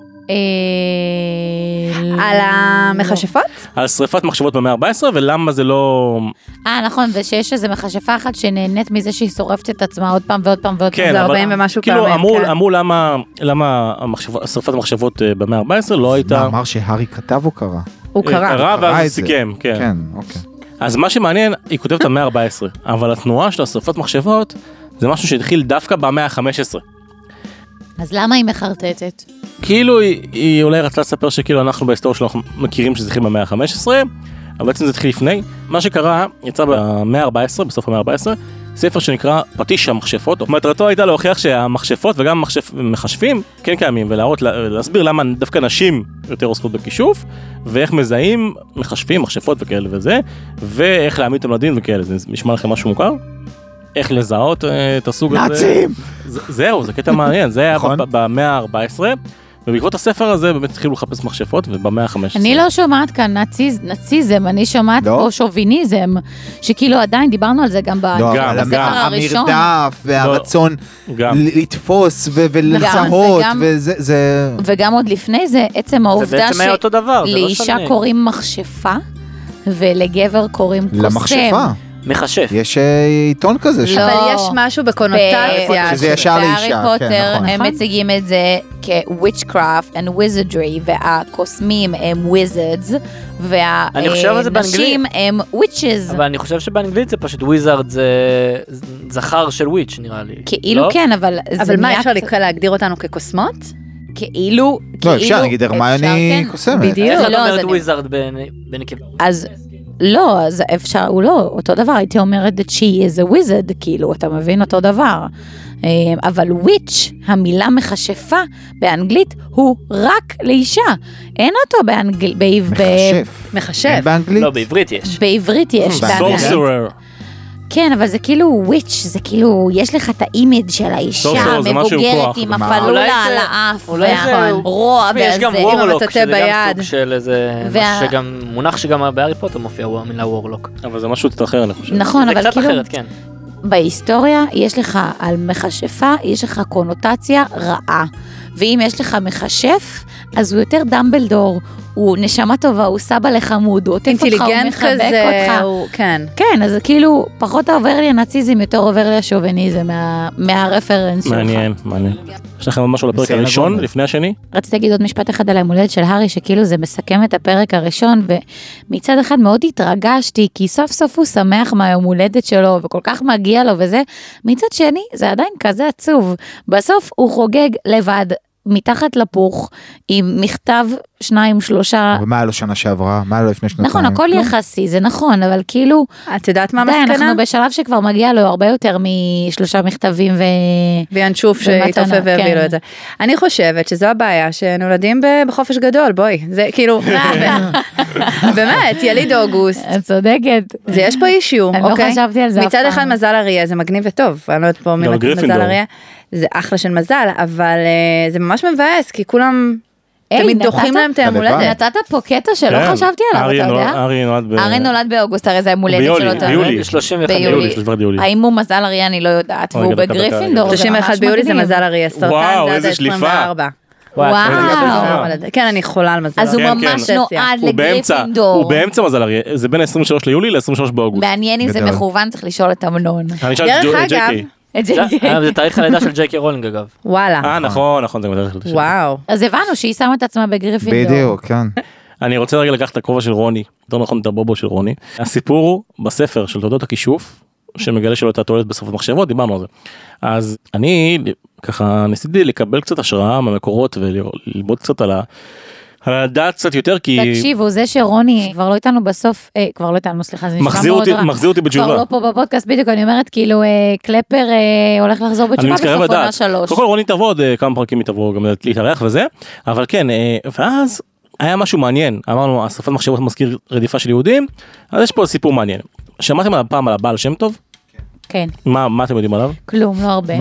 על המכשפות? על שריפת מחשבות במאה ה-14 ולמה זה לא... נכון, ושיש איזה מכשפה אחת שנהנית מזה שהיא שורפת את עצמה עוד פעם ועוד פעם ועוד פעם. זה 40 ומשהו פעמים. כאילו אמרו למה שריפת מחשבות במאה ה-14 לא הייתה... אמר שהארי כתב או קרא? הוא קרא. קרא ואז סיכם, כן. כן, אוקיי. אז מה שמעניין, היא כותבת המאה ה-14, אבל התנועה של השריפת מחשבות זה משהו שהתחיל דווקא במאה ה-15. אז למה היא מחרטטת? כאילו היא אולי רצתה לספר שכאילו אנחנו בהיסטוריה שלנו מכירים שזה התחיל במאה ה-15, אבל בעצם זה התחיל לפני. מה שקרה, יצא במאה ה-14, בסוף המאה ה-14, ספר שנקרא פטיש המכשפות. מטרתו הייתה להוכיח שהמכשפות וגם מחשבים כן קיימים, ולהסביר למה דווקא נשים יותר עוסקות בכישוף, ואיך מזהים מחשבים, מכשפות וכאלה וזה, ואיך להעמיד אותם לדין וכאלה. זה נשמע לכם משהו מוכר? איך לזהות את הסוג הזה? נאצים! זהו, זה קטע מעניין, זה היה במאה ה-14, ובעקבות הספר הזה באמת התחילו לחפש מכשפות, ובמאה ה-15. אני לא שומעת כאן נאציזם, אני שומעת פה שוביניזם, שכאילו עדיין דיברנו על זה גם בספר הראשון. המרדף והרצון לתפוס ולצהות, וגם עוד לפני זה, עצם העובדה לאישה קוראים מכשפה, ולגבר קוראים קוסם. למכשפה. מחשף. יש עיתון כזה. אבל יש משהו בקונוטציה. שזה ישר לאישה. בהארי פוטר הם מציגים את זה כ-witchcraft and wizardry, והקוסמים הם wizards, והנשים הם witches. אבל אני חושב שבאנגלית זה פשוט wizard, זה זכר של witch נראה לי. כאילו כן, אבל מה אפשר להגדיר אותנו כקוסמות? כאילו... לא, אפשר, נגיד הרמיוני קוסמת. בדיוק. איך את אומרת wizard בנקבה? אז... לא, אז אפשר, הוא לא, אותו דבר, הייתי אומרת that she is a wizard, כאילו, אתה מבין אותו דבר. אבל witch, המילה מכשפה באנגלית, הוא רק לאישה. אין אותו באנגלית, מכשף. באנגלית? לא, בעברית יש. בעברית יש. סורסרר. כן, אבל זה כאילו וויץ', זה כאילו, יש לך את האימיד של האישה מבוגרת עם הפלולה על האף, והרוע והזה. יש גם וורלוק, שזה גם סוג של איזה, מונח שגם בהארי פוטר מופיע, המילה וורלוק. אבל זה משהו קצת אחר, אני חושב. נכון, אבל כאילו, זה קצת אחרת, כן. בהיסטוריה יש לך על מכשפה, יש לך קונוטציה רעה. ואם יש לך מכשף, אז הוא יותר דמבלדור, הוא נשמה טובה, הוא סבא לחמוד, הוא עוטף אותך, הוא מחבק אותך. כן. כן, אז כאילו, פחות עובר לי הנאציזם, יותר עובר לי השוביניזם מהרפרנס שלך. מעניין, מעניין. יש לכם עוד משהו לפרק הראשון, לפני השני? רציתי להגיד עוד משפט אחד על המולדת של הארי, שכאילו זה מסכם את הפרק הראשון, ומצד אחד מאוד התרגשתי, כי סוף סוף הוא שמח מהמולדת שלו, וכל כך מגיע לו וזה, מצד שני, זה עדיין כזה עצוב. בסוף הוא חוגג לבד, מתחת לפוך, עם מכתב 2-3. ומה היה לו שנה שעברה? מה היה לו לפני שנתיים? נכון, הכל יחסי, זה נכון, אבל כאילו... את יודעת מה המסקנה? אנחנו בשלב שכבר מגיע לו הרבה יותר מ3 מכתבים וינשוף שהתעופף והביא לו את זה. אני חושבת שזו הבעיה, שנולדים בחופש גדול, בואי, זה כאילו... באמת, יליד אוגוסט. את צודקת. זה יש פה אישיו, אני לא חשבתי על זה אף פעם. מצד אחד מזל אריה, זה מגניב וטוב, אני לא יודעת פה מי מזל אריה. זה אחלה של מזל, אבל זה ממש מבאס, כי כולם תמיד דוחים להם את המולדת. נתת פה קטע שלא חשבתי עליו, אתה יודע? ארי נולד באוגוסט, הרי זה המולדת שלו. ביולי, 31 ביולי. האם הוא מזל אריה, אני לא יודעת, והוא בגריפינדור, 31 ביולי זה מזל אריה, סרטן זה עד 24. וואו. כן, אני חולה על מזל. אז הוא ממש נועד לגריפינדור. הוא באמצע מזל אריה, זה בין 23 ליולי ל-23 באוגוסט. מעניין אם זה מכוון, צריך לשאול את אמנון. אני אשאל את ג'קי. זה תאריך הלידה של ג'קי רולינג אגב. וואלה. נכון, זה תאריך הלידה. וואו. אז הבנו שהיא שמה את עצמה בגריפינדור. בדיוק, כן. אני רוצה רגע לקחת את הכובע של רוני, יותר נכון את הבובו של רוני. הסיפור הוא בספר של תולדות הכישוף, שמגלה שלא הייתה תועלת בסוף המחשבות, דיברנו על זה. אז אני ככה ניסיתי לקבל קצת השראה מהמקורות וללמוד קצת על הדעת קצת יותר, כי... תקשיבו, זה שרוני כבר לא איתנו בסוף, כבר לא איתנו, סליחה, זה נשמע מאוד רע. מחזיר אותי בתשובה. כבר לא פה בפודקאסט, בדיוק, אני אומרת, כאילו, קלפר הולך לחזור בתשובה בסוף עונה 3. קודם כל רוני תבוא עוד כמה פרקים, היא תבוא גם להתארח וזה, אבל כן, ואז היה משהו מעניין, אמרנו, השרפת מחשבות מזכיר רדיפה של יהודים, אז יש פה סיפור מעניין. שמעתם פעם על הבעל שם טוב? כן. מה אתם יודעים עליו? כלום, לא הרבה.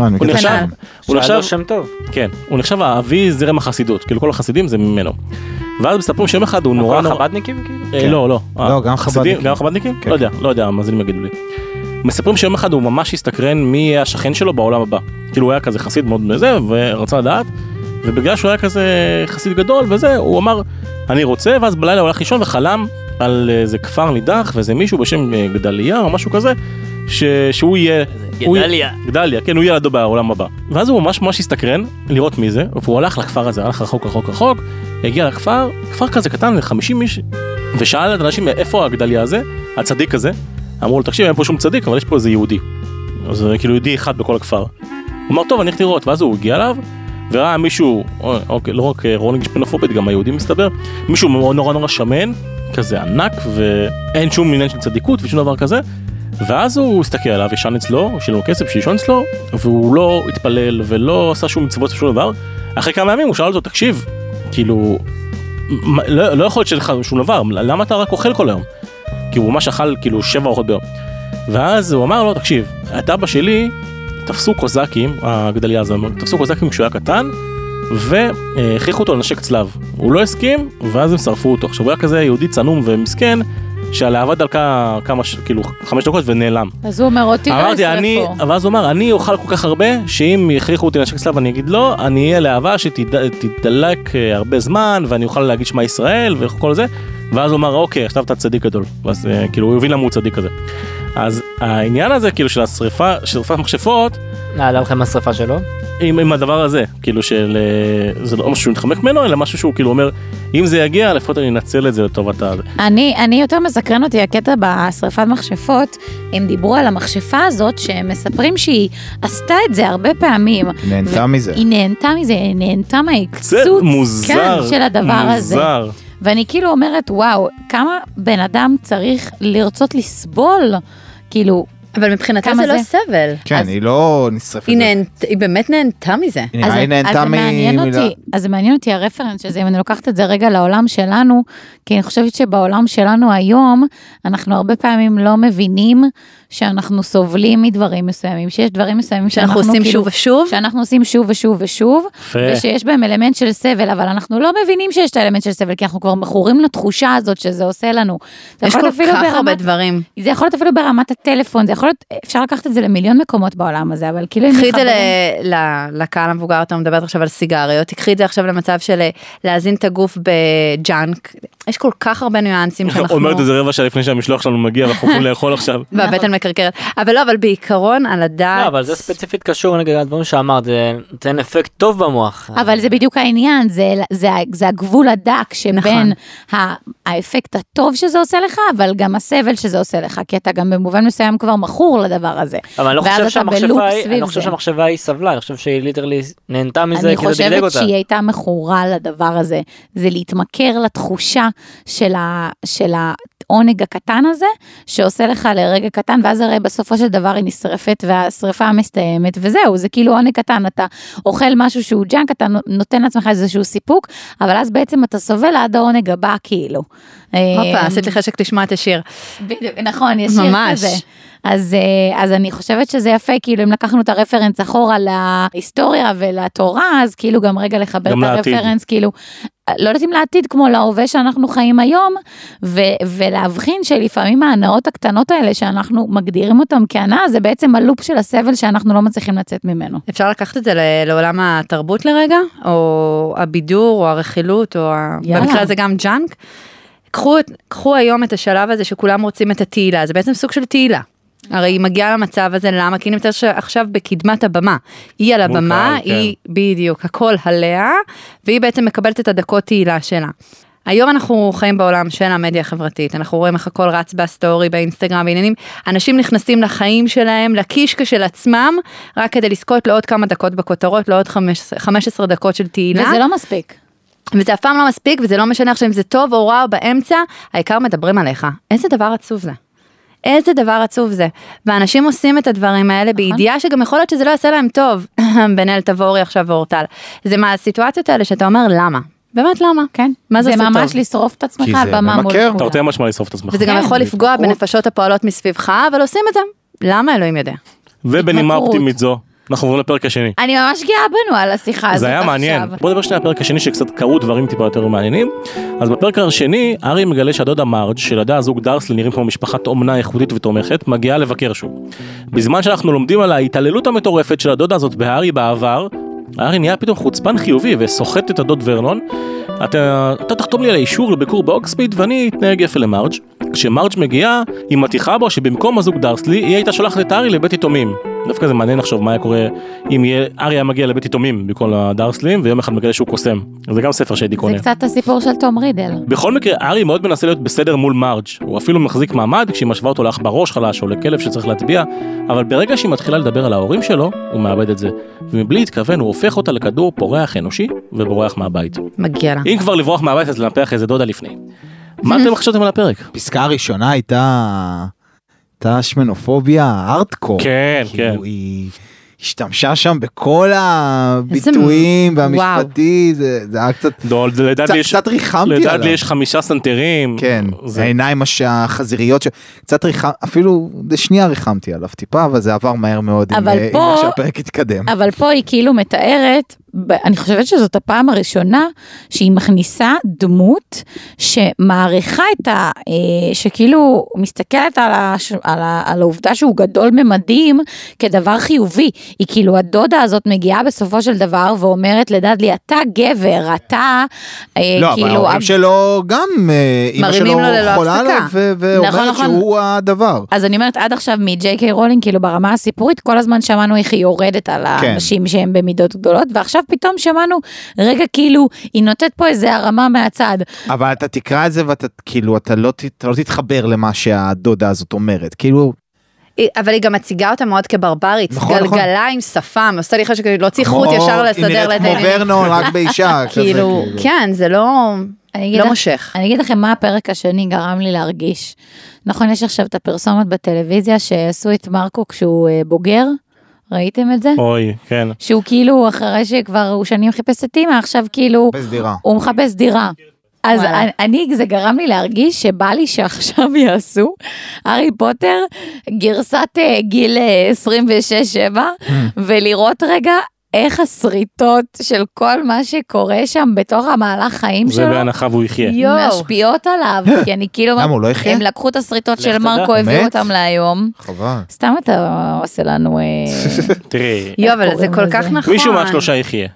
הוא נחשב שם טוב. כן, הוא נחשב האבי זרם החסידות, כאילו כל החסידים זה ממנו. ואז מספרים שיום אחד הוא נורא... כל החבדניקים כאילו? לא. לא, גם חבדניקים. גם חבדניקים? לא יודע, מה זה יגידו לי. מספרים שיום אחד הוא ממש הסתקרן מי יהיה השכן שלו בעולם הבא. כאילו הוא היה כזה חסיד מאוד מזה, ורצה לדעת, ובגלל שהוא היה כזה חסיד גדול וזה, הוא אמר, אני רוצה, ואז בלילה הוא הלך לישון וחלם על איזה כפר נידח, ואיזה מישהו בשם גדליה או משהו כזה, שהוא יהיה... גדליה, כן, הוא יהיה לידו בעולם הבא. ואז הוא ממש הסתקרן לראות מי זה, והוא הלך לכפר הזה, הלך רחוק, הגיע לכפר, כפר כזה קטן, 50 איש, ושאל את אנשים איפה הגדליה הזה, הצדיק הזה, אמרו לו, תקשיב, אין פה שום צדיק, אבל יש פה איזה יהודי. אז כאילו יהודי אחד בכל הכפר. הוא אמר, טוב, אני הולך לראות, ואז הוא הגיע אליו, וראה מישהו, לא רק רולינג שפנופובית, גם היהודי מסתבר, מישהו נורא שמן, כזה ענק, ואין שום עניין של צדיקות ושום דבר כזה, ואז הוא הסתכל עליו, ישן אצלו, הוא שילם כסף שישון אצלו, והוא לא התפלל ולא עשה שום מצוות ושום דבר. אחרי כמה ימים הוא שאל אותו, תקשיב, כאילו, לא יכול להיות שלך שום דבר, למה אתה רק אוכל כל היום? כי הוא ממש אכל כאילו 7 ארוחות ביום. ואז הוא אמר לו, תקשיב, את אבא שלי תפסו קוזקים, הגדליה הזה, תפסו קוזקים כשהוא היה קטן, והכריחו אותו לנשק צלב. הוא לא הסכים, ואז הם שרפו אותו. עכשיו הוא היה כזה יהודי צנום ומסכן, שהלהבה דלקה כאילו 5 דקות ונעלם. אז הוא אומר, אותי לא ישרפו. ואז הוא אמר, אני אוכל כל כך הרבה, שאם יכריחו אותי לנשק צלב, אני אגיד לא, אני אהיה להבה שתדלק הרבה זמן, ואני אוכל להגיד שמה ישראל וכל זה. ואז הוא אמר, אוקיי, עכשיו אתה צדיק גדול. ואז כאילו הוא הבין למה הוא צדיק כזה. אז העניין הזה, כאילו של השריפה, שריפת מכשפות, נעלה לכם השריפה שלו? עם הדבר הזה, כאילו זה לא משהו שהוא מתחמק ממנו, אלא משהו שהוא כאילו אומר, אם זה יגיע, לפחות אני אנצל את זה לטובת ה... אני יותר מסקרן אותי הקטע בשריפת מכשפות, הם דיברו על המכשפה הזאת, שהם מספרים שהיא עשתה את זה הרבה פעמים. היא נהנתה מזה. היא נהנתה מזה, היא נהנתה מהקצות של הדבר הזה. ואני כאילו אומרת, וואו, כמה בן אדם צריך לרצות לסבול, כאילו... אבל מבחינתה זה לא סבל. כן, היא לא נשרפת. היא באמת נהנתה מזה. היא נהנתה אז זה מעניין אותי הרפרנס של זה, אם אני לוקחת את זה רגע לעולם שלנו, כי אני חושבת שבעולם שלנו היום, אנחנו הרבה פעמים לא מבינים שאנחנו סובלים מדברים מסוימים, שיש דברים מסוימים שאנחנו עושים שוב ושוב, שאנחנו עושים שוב ושוב ושוב, ושיש בהם אלמנט של סבל, אבל אנחנו לא מבינים שיש את האלמנט של סבל, כי אנחנו כבר מכורים לתחושה הזאת שזה עושה לנו. יש כל כך הרבה דברים. זה יכול להיות אפילו ברמת הטלפון, זה יכול להיות, אפשר לקחת את זה למיליון מקומות בעולם הזה, אבל כאילו... תקחי את זה לקהל המבוגר, אתה מדברת עכשיו על סיגריות, תקחי את זה עכשיו למצב של להזין את הגוף בג'אנק, יש כל כך הרבה ניואנסים שאנחנו... אומרת את זה רבע שעה לפני שהמשלוח שלנו מגיע, ואנחנו יכולים לאכול עכשיו. והבטן מקרקרת. אבל בעיקרון, על הדעת... לא, אבל זה ספציפית קשור נגד הדברים שאמרת, זה נותן אפקט טוב במוח. אבל זה בדיוק העניין, זה הגבול הדק שבין האפקט הטוב שזה עושה לך, אבל גם הסבל שזה עושה לך, כי אתה גם במובן מסוים כבר מכור לדבר הזה. אבל אני לא חושב שהמחשבה היא סבלה, אני חושב שהיא ליטרלי נהנתה מזה, אני חושבת שהיא הייתה מכורה לדבר הזה, זה להתמכר לתחושה של העונג הקטן הזה, שעושה לך לרגע קטן, ואז הרי בסופו של דבר היא נשרפת, והשריפה מסתיימת, וזהו, זה כאילו עונג קטן, אתה אוכל משהו שהוא ג'אנק, אתה נותן לעצמך איזשהו סיפוק, אבל אז בעצם אתה סובל עד העונג הבא, כאילו. הופה, עשית לי חשק לשמוע את השיר. בדיוק, נכון, יש שיר כזה. אז אני חושבת שזה יפה, כאילו אם לקחנו את הרפרנס אחורה להיסטוריה ולתורה, אז כאילו גם רגע לחבר את הרפרנס, כאילו, לא יודעת אם לעתיד כמו להווה שאנחנו חיים היום, ולהבחין שלפעמים ההנאות הקטנות האלה שאנחנו מגדירים אותם כהנאה, זה בעצם הלופ של הסבל שאנחנו לא מצליחים לצאת ממנו. אפשר לקחת את זה לעולם התרבות לרגע, או הבידור, או הרכילות, או במקרה הזה גם ג'אנק. קחו היום את השלב הזה שכולם רוצים את התהילה, זה בעצם סוג של תהילה. הרי היא מגיעה למצב הזה, למה? כי היא נמצאת עכשיו בקדמת הבמה. היא על הבמה, היא בדיוק, הכל עליה, והיא בעצם מקבלת את הדקות תהילה שלה. היום אנחנו חיים בעולם של המדיה החברתית, אנחנו רואים איך הכל רץ בסטורי, באינסטגרם, בעניינים, אנשים נכנסים לחיים שלהם, לקישקע של עצמם, רק כדי לזכות לעוד כמה דקות בכותרות, לעוד 15 דקות של תהילה. וזה לא מספיק. וזה אף פעם לא מספיק, וזה לא משנה עכשיו אם זה טוב או רע או באמצע, העיקר מדברים עליך. איזה דבר עצוב זה. איזה דבר עצוב זה. ואנשים עושים את הדברים האלה בידיעה שגם יכול להיות שזה לא יעשה להם טוב. בנאל תבורי עכשיו ואורטל. זה מהסיטואציות האלה שאתה אומר למה. באמת למה? כן. מה זה ממש לשרוף את עצמך על במה מול כולם. אתה רוצה משמע לשרוף את עצמך. וזה גם יכול לפגוע בנפשות הפועלות מסביבך, אבל עושים את זה. למה אלוהים יודע? ובנימה אופטימית זו. אנחנו עוברים לפרק השני. אני ממש גאה בנו על השיחה הזאת. זה היה מעניין. בוא נדבר שנייה הפרק השני שקצת קרו דברים טיפה יותר מעניינים. אז בפרק השני, ארי מגלה שהדודה מרג' שילדי הזוג דרסלי נראים כמו משפחת אומנה איכותית ותומכת, מגיעה לבקר שוב. בזמן שאנחנו לומדים על ההתעללות המטורפת של הדודה הזאת בהארי בעבר, הארי נהיה פתאום חוצפן חיובי וסוחט את הדוד ורנון. אתה תחתום לי על האישור לביקור באוקסמיד ואני אתנהג יפה למרג'. כשמרג' מגיעה, היא מתיחה בו שבמקום הזוג דרסלי, היא הייתה שולחת את הארי לבית יתומים. דווקא זה מעניין לחשוב מה היה קורה אם הארי היה מגיע לבית יתומים בכל הדרסלים, ויום אחד מגלה שהוא קוסם. זה גם ספר שהייתי קונה. זה קצת הסיפור של תום רידל. בכל מקרה, הארי מאוד מנסה להיות בסדר מול מרג'. הוא אפילו מחזיק מעמד כשהיא משווה אותו לאח בראש חלש או לכלב שצריך להטביע, אבל ברגע שהיא מתחילה לדבר על ההורים שלו, הוא מאבד את זה. ומבלי להתכוון, הוא הופך אותה לכדור פורח אנושי ובורח מהבית. מגיע לה. אם כבר לברוח מהבית, אז לנפח איזה דודה לפני. מה אתם חשבתם על הפרק? פסקה הראשונה הייתה שמנופוביה הארדקור. כן, כן. היא השתמשה שם בכל הביטויים והמשפטי, זה היה קצת ריחמתי עליו. לדעתי יש 5 סנטרים. כן, העיניים החזיריות, קצת אפילו שנייה ריחמתי עליו טיפה, אבל זה עבר מהר מאוד עם שהפרק התקדם. אבל פה היא כאילו מתארת אני חושבת שזאת הפעם הראשונה שהיא מכניסה דמות שמעריכה שכאילו מסתכלת על העובדה שהוא גדול ממדים כדבר חיובי. היא כאילו הדודה הזאת מגיעה בסופו של דבר ואומרת לדדלי, אתה גבר, אתה לא, אבל ההורים שלו גם, אמא שלו חולה עליו ואומרת שהוא הדבר. אז אני אומרת, עד עכשיו מג'יי קיי רולינג, כאילו ברמה הסיפורית, כל הזמן שמענו איך היא יורדת על האנשים שהם במידות גדולות, ועכשיו פתאום שמענו, רגע כאילו, היא נותנת פה איזה הרמה מהצד. אבל אתה תקרא את זה ואתה כאילו, אתה לא תתחבר למה שהדודה הזאת אומרת, כאילו... אבל היא גם מציגה אותה מאוד כברברית, גלגלה עם שפם, עושה לי חשק להוציא חוט ישר לסדר היא נראית כמו ורנון, רק באישה. כאילו, כן, זה לא מושך. אני אגיד לכם מה הפרק השני גרם לי להרגיש. נכון, יש עכשיו את הפרסומת בטלוויזיה שעשו את מרקו כשהוא בוגר, ראיתם את זה? אוי, כן. שהוא כאילו, אחרי שכבר הוא שנים חיפש את אימא, עכשיו כאילו, הוא מחפש דירה. אז זה גרם לי להרגיש שבא לי שעכשיו יעשו הארי פוטר גרסת גיל 26-7, ולראות רגע איך הסריטות של כל מה שקורה שם בתוך המהלך חיים שלו, זה בהנחה והוא יחיה. משפיעות עליו, כי אני כאילו, הם לקחו את הסריטות של מרקו, הביאו אותם להיום. חבל. סתם אתה עושה לנו... תראי. אבל זה כל כך נכון. מישהו מהשלושה יחיה.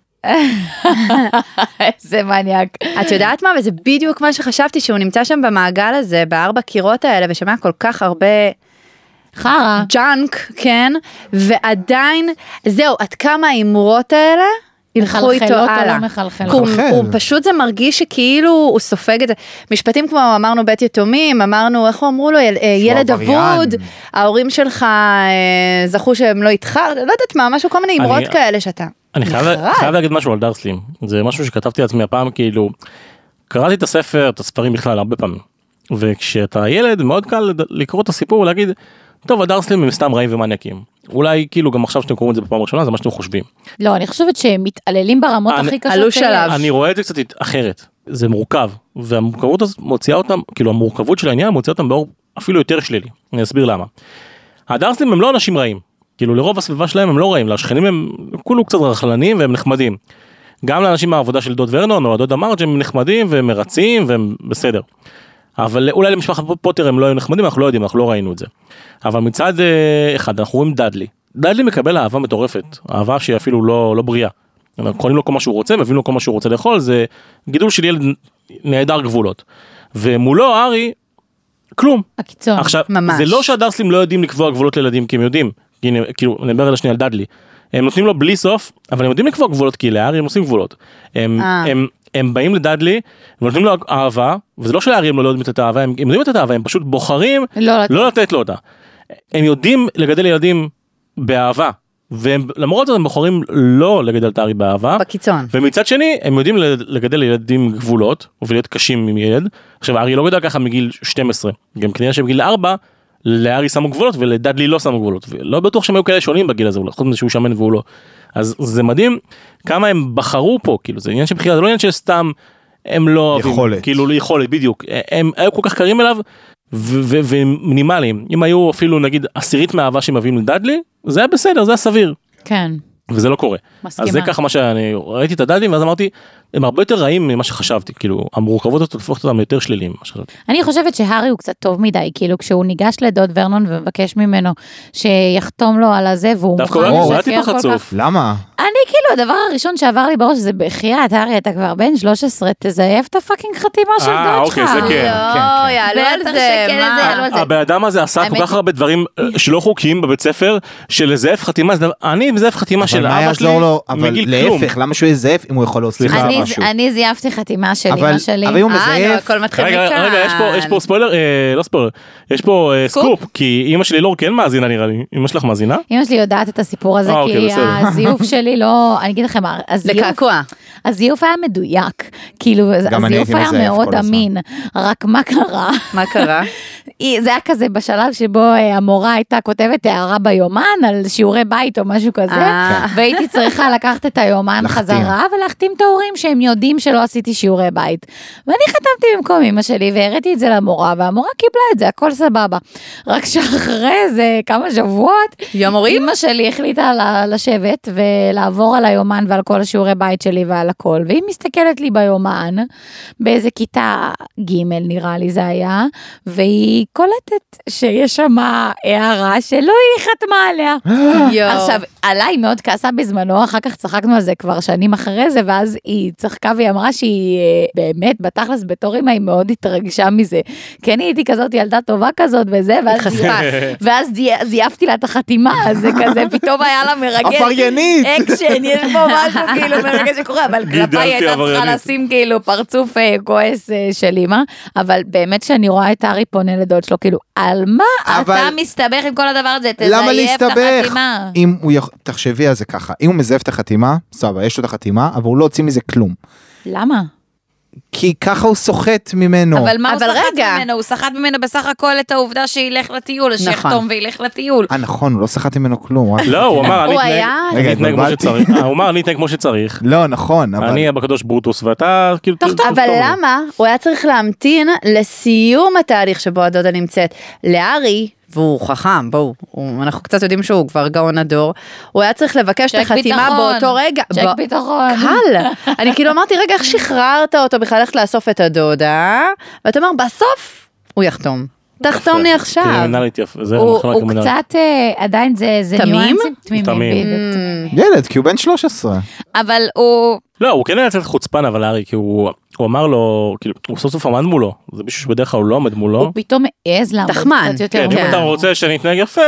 איזה מניאק. את יודעת מה? וזה בדיוק מה שחשבתי, שהוא נמצא שם במעגל הזה, בארבע קירות האלה, ושמע כל כך הרבה חרה, ג'אנק, כן, ועדיין, זהו, עד כמה האמרות האלה ילכו איתו הלאה. הוא פשוט זה מרגיש שכאילו הוא סופג את זה. משפטים כמו אמרנו בית יתומים, אמרנו, איך אמרו לו, ילד אבוד, ההורים שלך זכו שהם לא איתך, לא יודעת מה, משהו, כל מיני אמרות כאלה שאתה... אני חייב להגיד משהו על דרסלים, זה משהו שכתבתי לעצמי הפעם, כאילו, קראתי את הספר, את הספרים בכלל הרבה פעמים, וכשאתה ילד מאוד קל לקרוא את הסיפור ולהגיד, טוב, הדרסלים הם סתם רעים ומניאקים, אולי כאילו גם עכשיו שאתם קוראים את זה בפעם הראשונה, זה מה שאתם חושבים. לא, אני חושבת שהם מתעללים ברמות הכי קשות. אני רואה את זה קצת אחרת, זה מורכב, והמורכבות הזאת מוציאה אותם, כאילו המורכבות של העניין מוציאה אותם באור אפילו יותר שלילי, אני אסביר למה. הדרסלים הם לא אנשים רעים, כאילו לרוב הסביבה שלהם הם לא רעים, לשכנים הם כולו קצת רכלנים והם נחמדים. גם לאנשים מהעבודה של דוד ורנון או דוד אמרת שהם נחמדים והם מרצים והם בסדר. אבל אולי למשפחת פוטר הם לא היו נחמדים, אנחנו לא יודעים, אנחנו לא ראינו את זה. אבל מצד אחד אנחנו רואים דדלי. דדלי מקבל אהבה מטורפת, אהבה שהיא אפילו לא בריאה. קונים לו כל מה שהוא רוצה, מביאים לו כל מה שהוא רוצה לאכול, זה גידול של ילד נהדר גבולות. ומולו הארי, כלום. הקיצון. עכשיו, זה לא שהדרסלים לא יודעים לקבוע גבולות לילדים, כי הם יודעים. כאילו, נדבר על השנייה על דדלי. הם נותנים לו בלי סוף, אבל הם יודעים לקבוע גבולות, כי להארי הם עושים גבולות. הם באים לדדלי, ונותנים לו אהבה, וזה לא שלהארי הם לא יודעים את האהבה, הם יודעים את האהבה, הם פשוט בוחרים לא לתת לו אותה. הם יודעים לגדל ילדים באהבה, ולמרות זאת הם בוחרים לא לגדל את הארי באהבה. בקיצון. ומצד שני, הם יודעים לגדל ילדים גבולות, ולהיות קשים עם ילד. עכשיו, הארי לא גדל ככה מגיל 12, גם כנראה שבגיל 4, להארי שמו גבולות ולדדלי לא שמו גבולות, ולא בטוח שהם היו כאלה שונים בגיל הזה, חוץ מזה שהוא שמן והוא לא. אז זה מדהים כמה הם בחרו פה, כאילו זה עניין של בחירה, זה לא עניין של סתם הם לא יכולת, כאילו יכולת, בדיוק, הם היו כל כך קרים אליו ומינימליים, אם היו אפילו נגיד 10% מהאהבה שהם מביאים לדדלי, זה היה בסדר, זה היה סביר. כן. וזה לא קורה. מסכימה. אז זה ככה מה שאני ראיתי את הדדים, ואז אמרתי, הם הרבה יותר רעים ממה שחשבתי, כאילו, המורכבות הזאת הופכת אותם יותר שליליים. אני חושבת שהארי הוא קצת טוב מדי, כאילו, כשהוא ניגש לדוד ורנון ומבקש ממנו שיחתום לו על הזה, והוא מוכן לשקר כל כך. למה? אני כאילו, הדבר הראשון שעבר לי בראש זה בחייאת, הארי, אתה כבר בן 13, תזייף את הפאקינג חתימה של דוד שלך. אוקיי, זה כן. לא, יעלו על זה, מה? הבאדם הזה עשה כל כך הרבה דברים שלא חוקיים בבית ספר, של לזייף חתימה, אני מזייף חתימה של אבא שלי מגיל כלום. להפך, למה שהוא יזייף אם הוא יכול להוסיף משהו? אני זייפתי חתימה של אמא שלי. אבל הוא מזייף. רגע, יש פה ספוילר, לא ספוילר, יש פה סקופ, כי אמא שלי לא כן מאזינה נראה לי. אמא שלך מאזינה? אמא שלי יודעת את הסיפור הזה, כי הזיוף שלי לא, אני אגיד לכם, הזיוף היה מדויק, כאילו הזיוף היה מאוד אמין, רק מה קרה? מה קרה? זה היה כזה בשלב שבו המורה הייתה כותבת הערה ביומן על שיעורי בית או משהו כזה, והייתי צריכה לקחת את היומן חזרה ולהחתים את ההורים שהם יודעים שלא עשיתי שיעורי בית. ואני חתמתי במקום אמא שלי והראיתי את זה למורה, והמורה קיבלה את זה, הכל סבבה. רק שאחרי זה כמה שבועות, אמא שלי החליטה לשבת ולעבור על היומן ועל כל השיעורי בית שלי ועל הכל, והיא מסתכלת לי ביומן, באיזה כיתה ג' נראה לי זה היה, והיא קולטת שיש שם הערה שלא היא חתמה עליה. עכשיו, עליי מאוד כעסה בזמנו, אחר כך צחקנו על זה כבר שנים אחרי זה, ואז היא צחקה והיא אמרה שהיא באמת, בתכלס בתור אמא, היא מאוד התרגשה מזה. כי אני הייתי כזאת ילדה טובה כזאת וזה, ואז זייפתי לה את החתימה, אז זה כזה, פתאום היה לה מרגש. עבריינית. אקשן, יש פה משהו כאילו מרגש שקורה, אבל כלפיי הייתה צריכה לשים כאילו פרצוף כועס של אמא, אבל באמת שאני רואה את הארי פונה לדוד שלו, כאילו, על מה אתה מסתבך עם כל הדבר הזה? תזייף את החתימה. תחשבי על זה ככה, אם הוא מזייף את החתימה, סבבה, יש לו את החתימה, אבל הוא לא הוציא מזה כלום. למה? כי ככה הוא סוחט ממנו. אבל מה הוא סחט ממנו? הוא סחט ממנו בסך הכל את העובדה שילך לטיול, שיחתום וילך לטיול. נכון, הוא לא סחט ממנו כלום. לא, הוא אמר, אני אתנהג כמו שצריך. הוא אמר, אני אתנהג כמו שצריך. לא, נכון. אני הבקדוש ברוטוס, ואתה כאילו... אבל למה? הוא היה צריך להמתין לסיום התהליך שבו הדודה נמצאת. לארי, והוא חכם, בואו, אנחנו קצת יודעים שהוא כבר גאון הדור, הוא היה צריך לבקש את החתימה באותו רגע. צ'ק ביטחון. קל. אני כאילו אמרתי, רגע, איך שחררת אותו בכלל ללכת לאסוף את הדודה, ואתה אומר, בסוף הוא יחתום. תחתום לי עכשיו. קרימינלית יפה. הוא קצת, עדיין זה ניואנסים תמימים. ילד, כי הוא בן 13. אבל הוא... לא, הוא כן היה קצת חוצפן, אבל הארי, כי הוא אמר לו, כאילו, הוא סוף סוף עמד מולו, זה מישהו שבדרך כלל הוא לא עמד מולו. הוא פתאום העז לעמוד קצת יותר. כן, אם אתה רוצה שאני אתנהג יפה,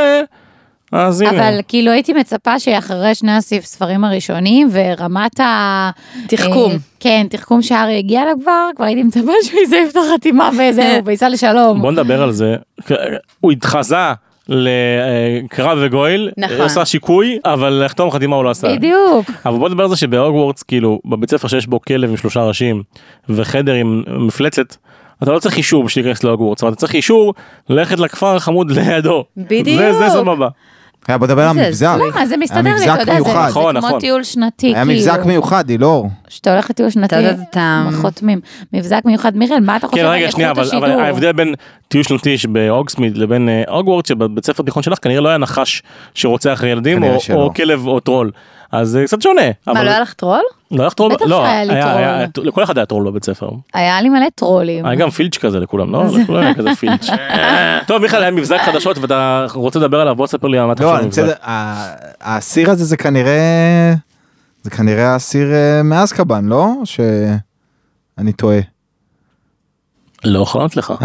אז הנה. אבל כאילו הייתי מצפה שאחרי שני הספרים הראשונים, ורמת תחכום. כן, תחכום שהארי הגיע לה כבר הייתי מצפה שהוא יזייף את החתימה וזהו, וייסע לשלום. בוא נדבר על זה. הוא התחזה לקרב וגויל, עושה שיקוי, אבל לחתום חתימה הוא לא עשה. בדיוק. אבל בוא נדבר על זה שבהוגוורטס, כאילו, בבית ספר שיש בו כלב עם 3 ראשים, וחדר עם מפלצת, אתה לא צריך אישור בשביל להיכנס להוגוורטס, אבל אתה צריך אישור ללכת לכפר החמוד לידו. בדיוק. זה סבבה. בוא נדבר על מבזק. למה? זה מסתדר לי, אתה יודע, זה כמו טיול שנתי. היה מבזק מיוחד, אילור. שאתה הולך לטיול שנתי, חותמים. מבזק מיוחד, מיכאל, מה אתה חושב על איכות השידור? אבל ההבדל בין טיול שנתי בהוגסמיד לבין הוגוורטס, שבבית ספר תיכון שלך כנראה לא היה נחש שרוצח אחרי ילדים, או כלב או טרול. אז זה קצת שונה. מה, לא היה לך טרול? לא היה לך טרול? בטח שהיה לי טרול. לכל אחד היה טרול בבית ספר. היה לי מלא טרולים. היה גם פילץ' כזה לכולם, לא? לכולם היה כזה פילץ'. טוב, מיכאל, היה מבזק חדשות ואתה רוצה לדבר עליו, בוא תספר לי על מה אתה חושב מבזק. האסיר הזה זה כנראה האסיר מאזקבאן, לא? שאני טועה. לא יכול לענות לך.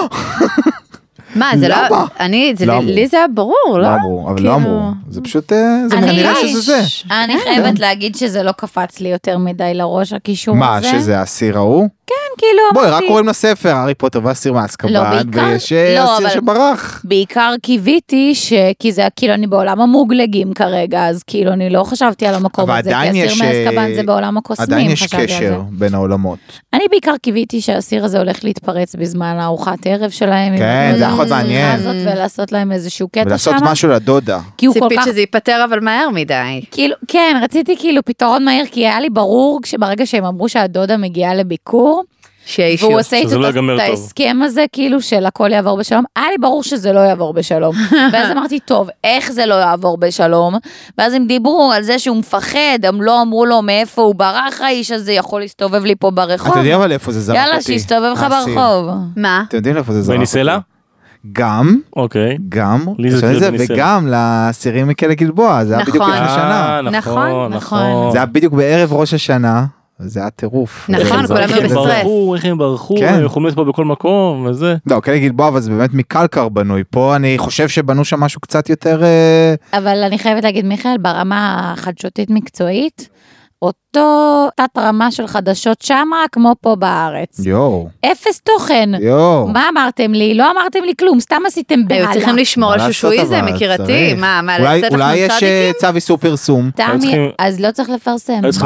מה, זה לא, לי זה היה ברור, לא? לא אמרו, אבל לא אמרו, זה פשוט, זה כנראה שזה זה. אני חייבת להגיד שזה לא קפץ לי יותר מדי לראש הקישור הזה. מה, שזה האסיר ההוא? כן, כאילו בואי, רק קוראים לספר, הארי פוטר ואסיר מאזקבאן, ויש אסיר שברח. בעיקר קיוויתי, כי זה כאילו אני בעולם המוגלגים כרגע, אז כאילו אני לא חשבתי על המקום הזה, כי אסיר מאזקבאן זה בעולם הקוסמים. עדיין יש קשר בין העולמות. אני בעיקר קיוויתי שהאסיר הזה הולך להתפרץ בזמן הארוחת ערב שלהם. כן, זה יכול מעניין. ולעשות להם איזשהו קטע שם. ולעשות משהו לדודה. ציפית שזה ייפטר אבל מהר מדי. כן, רציתי כאילו פתרון מהיר, כי היה לי ברור ברגע שהם אמרו שהדודה מגיעה לביקור, והוא עושה את ההסכם הזה כאילו של הכל יעבור בשלום, היה לי ברור שזה לא יעבור בשלום, ואז אמרתי טוב, איך זה לא יעבור בשלום, ואז הם דיברו על זה שהוא מפחד, הם לא אמרו לו מאיפה הוא ברח, האיש הזה יכול להסתובב לי פה ברחוב, אתה יודע אבל איפה זה זרק אותי, יאללה שיסתובב לך ברחוב, מה? אתם יודעים איפה זה זרק אותי, בניסלה? גם, אוקיי, גם, וגם לאסירים מכלא גלבוע, זה היה בדיוק לפני שנה, נכון, זה היה בדיוק בערב ראש השנה, זה היה טירוף. נכון, כולם היו בסטרס. איך הם ברחו, הם יכולים להיות פה בכל מקום, וזה. לא, כלא גלבוע, אבל זה באמת מקלקר בנוי. פה אני חושב שבנו שם משהו קצת יותר... אבל אני חייבת להגיד, מיכאל, ברמה החדשותית מקצועית, אותו תת רמה של חדשות שמה, כמו פה בארץ. אפס תוכן. מה אמרתם לי? לא אמרתם לי כלום, סתם עשיתם בהלה. צריכים לשמור על שושואיזם, מכירתי. אולי יש צו איסור פרסום. אז לא צריך לפרסם. לא,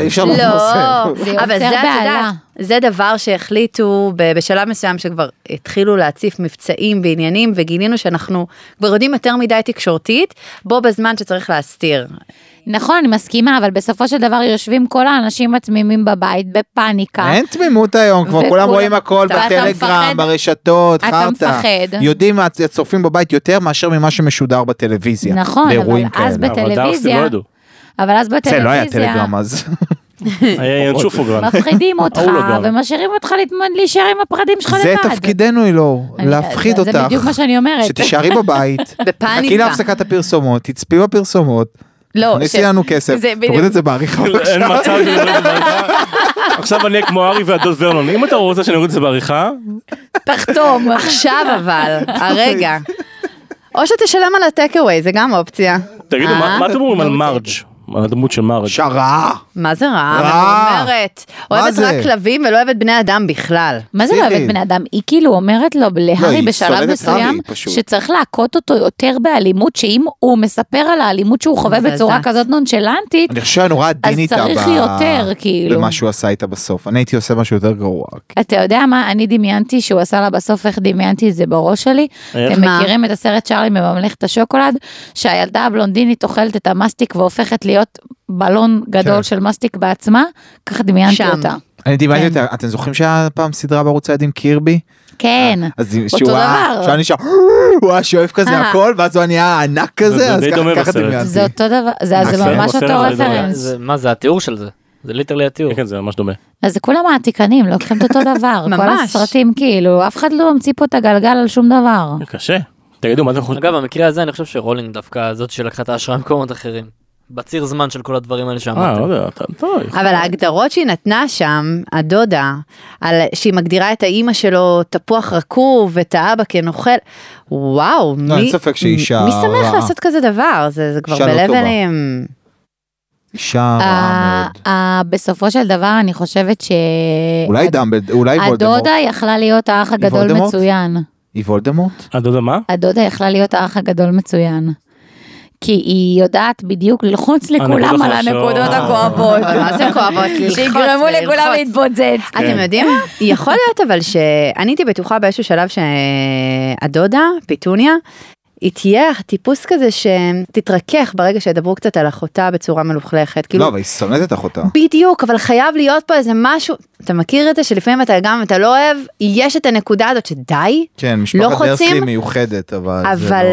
אבל זה דבר שהחליטו בשלב מסוים שכבר התחילו להציף מבצעים בעניינים, וגילינו שאנחנו כבר יודעים יותר מדי תקשורתית, בו בזמן שצריך להסתיר. נכון, אני מסכימה, אבל בסופו של דבר יושבים כל האנשים התמימים בבית, בפאניקה. אין תמימות היום, כבר כולם רואים הכל בטלגרם, ברשתות, חרטה. אתה מפחד. יודעים, הצופים בבית יותר מאשר ממה שמשודר בטלוויזיה. נכון, אבל אז בטלוויזיה... אבל אז בטלוויזיה... זה לא היה טלגרם אז. מפחידים אותך ומשאירים אותך להישאר עם הפרדים שלך לבד. זה תפקידנו אילו, להפחיד אותך. זה בדיוק מה שאני אומרת. שתישארי בבית, חכי להפסקת הפרסומות, תצפי בפרסומות, תכניסי לנו כסף, תוריד את זה בעריכה. אין מצב שאני אוריד את זה בעריכה. עכשיו אני כמו ארי והדוד ורנון, אם אתה רוצה שאני אוריד את זה בעריכה, תחתום. עכשיו אבל, הרגע. או שתשלם על הטקאווי, זה גם אופציה. תגידו, מה אתם אומרים על מרג'? הדמות של מרג'. שרעה. מה זה רע? אני אומרת, אוהבת רק כלבים ולא אוהבת בני אדם בכלל. מה זה לא אוהבת בני אדם? היא כאילו אומרת לו להרי בשלב מסוים שצריך להכות אותו יותר באלימות, שאם הוא מספר על האלימות שהוא חווה בצורה כזאת נונשלנטית, אני חושב שנורא עדין איתה, אז צריך יותר כאילו. במה שהוא עשה איתה בסוף. אני הייתי עושה משהו יותר גרוע. אתה יודע מה? אני דמיינתי שהוא עשה לה בסוף, איך דמיינתי את זה בראש שלי. אתם מכירים את הסרט צ'רלי מממלכת השוקולד, שהילדה הבלונדינית אוכלת את המסטיק והופכת להיות בלון גדול של מסטיק בעצמה, ככה דמיינתי אותה. אני דמיינתי אותה, אתם זוכרים שהיה פעם סדרה בערוץ הילדים קירבי? כן, אותו דבר. שהוא נשאר, הוא היה שואף כזה הכל, ואז הוא נהיה ענק כזה, אז ככה דמיינתי. זה אותו דבר, זה ממש אותו רפרנס. מה זה התיאור של זה? זה ליטרלי התיאור. כן, זה ממש דומה. אז זה כולם העתיקנים, לוקחים את אותו דבר. כל הסרטים כאילו, אף אחד לא המציא פה את הגלגל על שום דבר. קשה. תגידו, מה אתם חושבים? אגב, במקרה הזה אני חושב שרולינג דווקא זאת שלקחה את ההשראה ממקומות אחרים. בציר זמן של כל הדברים האלה שאמרתם. לא יודע, טוב. אבל ההגדרות שהיא נתנה שם, הדודה, שהיא מגדירה את האימא שלו תפוח רקוב, ואת האבא כנוכל, וואו, אין ספק שאישה רעה. מי שמח לעשות כזה דבר? זה כבר בלבלים. אישה רעה מאוד. בסופו של דבר אני חושבת ש... אולי וולדמורט. הדודה יכלה להיות האח הגדול מצוין. היא וולדמורט? הדודה מה? הדודה יכלה להיות האח הגדול מצוין. כי היא יודעת בדיוק ללחוץ לכולם על הנקודות הכואבות. מה זה כואבות? שיגרמו לכולם להתפוצץ. אתם יודעים מה? יכול להיות אבל שאני הייתי בטוחה באיזשהו שלב שהדודה, פיטוניה, היא תהיה טיפוס כזה שתתרכך ברגע שידברו קצת על אחותה בצורה מלוכלכת. לא, אבל היא שונאת את אחותה. בדיוק, אבל חייב להיות פה איזה משהו, אתה מכיר את זה שלפעמים אתה לא אוהב, יש את הנקודה הזאת שדי, כן, משפחת דרסלי מיוחדת, אבל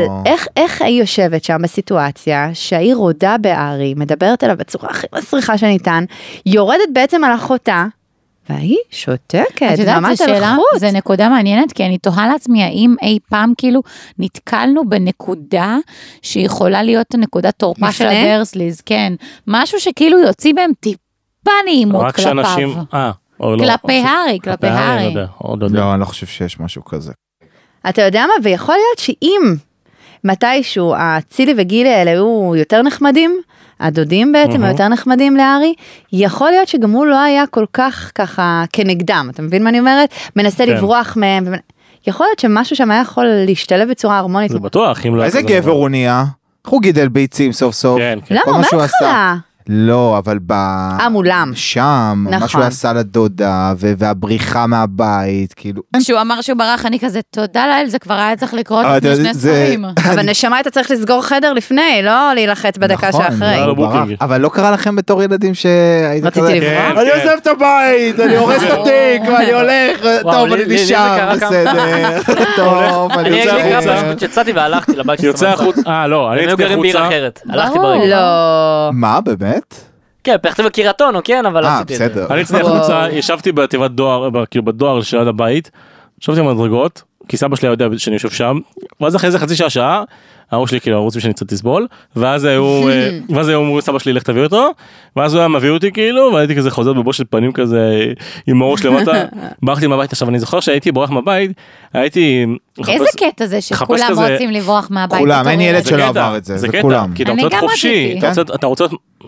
איך היא יושבת שם בסיטואציה, שהיא רודה בארי, מדברת עליו בצורה הכי מסריחה שניתן, יורדת בעצם על אחותה, והיא שותקת, ממש על חוץ. זה נקודה מעניינת, כי אני תוהה לעצמי, האם אי פעם כאילו נתקלנו בנקודה שיכולה להיות נקודת תורפה של הדרסליז, כן, משהו שכאילו יוציא בהם טיפה נעימות כלפיו. כלפי הארי, כלפי הארי. לא, אני לא חושב שיש משהו כזה. אתה יודע מה, ויכול להיות שאם מתישהו הצילי וגילי האלה היו יותר נחמדים, הדודים בעצם היותר נחמדים לארי, יכול להיות שגם הוא לא היה כל כך ככה כנגדם, אתה מבין מה אני אומרת? מנסה לברוח מהם, יכול להיות שמשהו שם היה יכול להשתלב בצורה הרמונית. זה בטוח, אם לא... איזה גבר הוא נהיה? הוא גידל ביצים סוף סוף. למה? מה התחלה? לא, אבל מולם. שם, מה שהוא עשה לדודה, והבריחה מהבית, כאילו. כשהוא אמר שהוא ברח, אני כזה, תודה לאל, זה כבר היה צריך לקרות לפני שני ספרים. אבל נשמה, היית צריך לסגור חדר לפני, לא להילחץ בדקה שאחרי. אבל לא קרה לכם בתור ילדים שהיית כזה, רציתי לברוח? אני עוזב את הבית, אני הורס את התיק, ואני הולך, טוב, אני נשאר, בסדר, טוב, אני יוצא החוצה. יצאתי והלכתי לבית. יוצא החוצה, לא, אני יצאתי החוצה. הלכתי ברגע. מה, באמת? כן, פחתי בקירתונו, כן, אבל עשיתי את זה. אני יצאתי החוצה, ישבתי בתיבת דואר, כאילו בדואר של הבית, ישבתי במדרגות, כי סבא שלי יודע שאני יושב שם, ואז אחרי איזה חצי שעה, ההוא שלי כאילו רוצים שאני קצת תסבול, ואז היו אומרים סבא שלי לך תביא אותו, ואז הוא היה מביא אותי כאילו, והייתי כזה חוזר בבושת פנים כזה, עם הראש למטה, ברחתי מהבית. עכשיו אני זוכר שהייתי בורח מהבית, הייתי... איזה קטע זה שכולם רוצים לברוח מהבית? כולם, אין ילד שלא עבר את זה, זה כולם. כי אתה רוצה להיות חופשי, אתה רוצה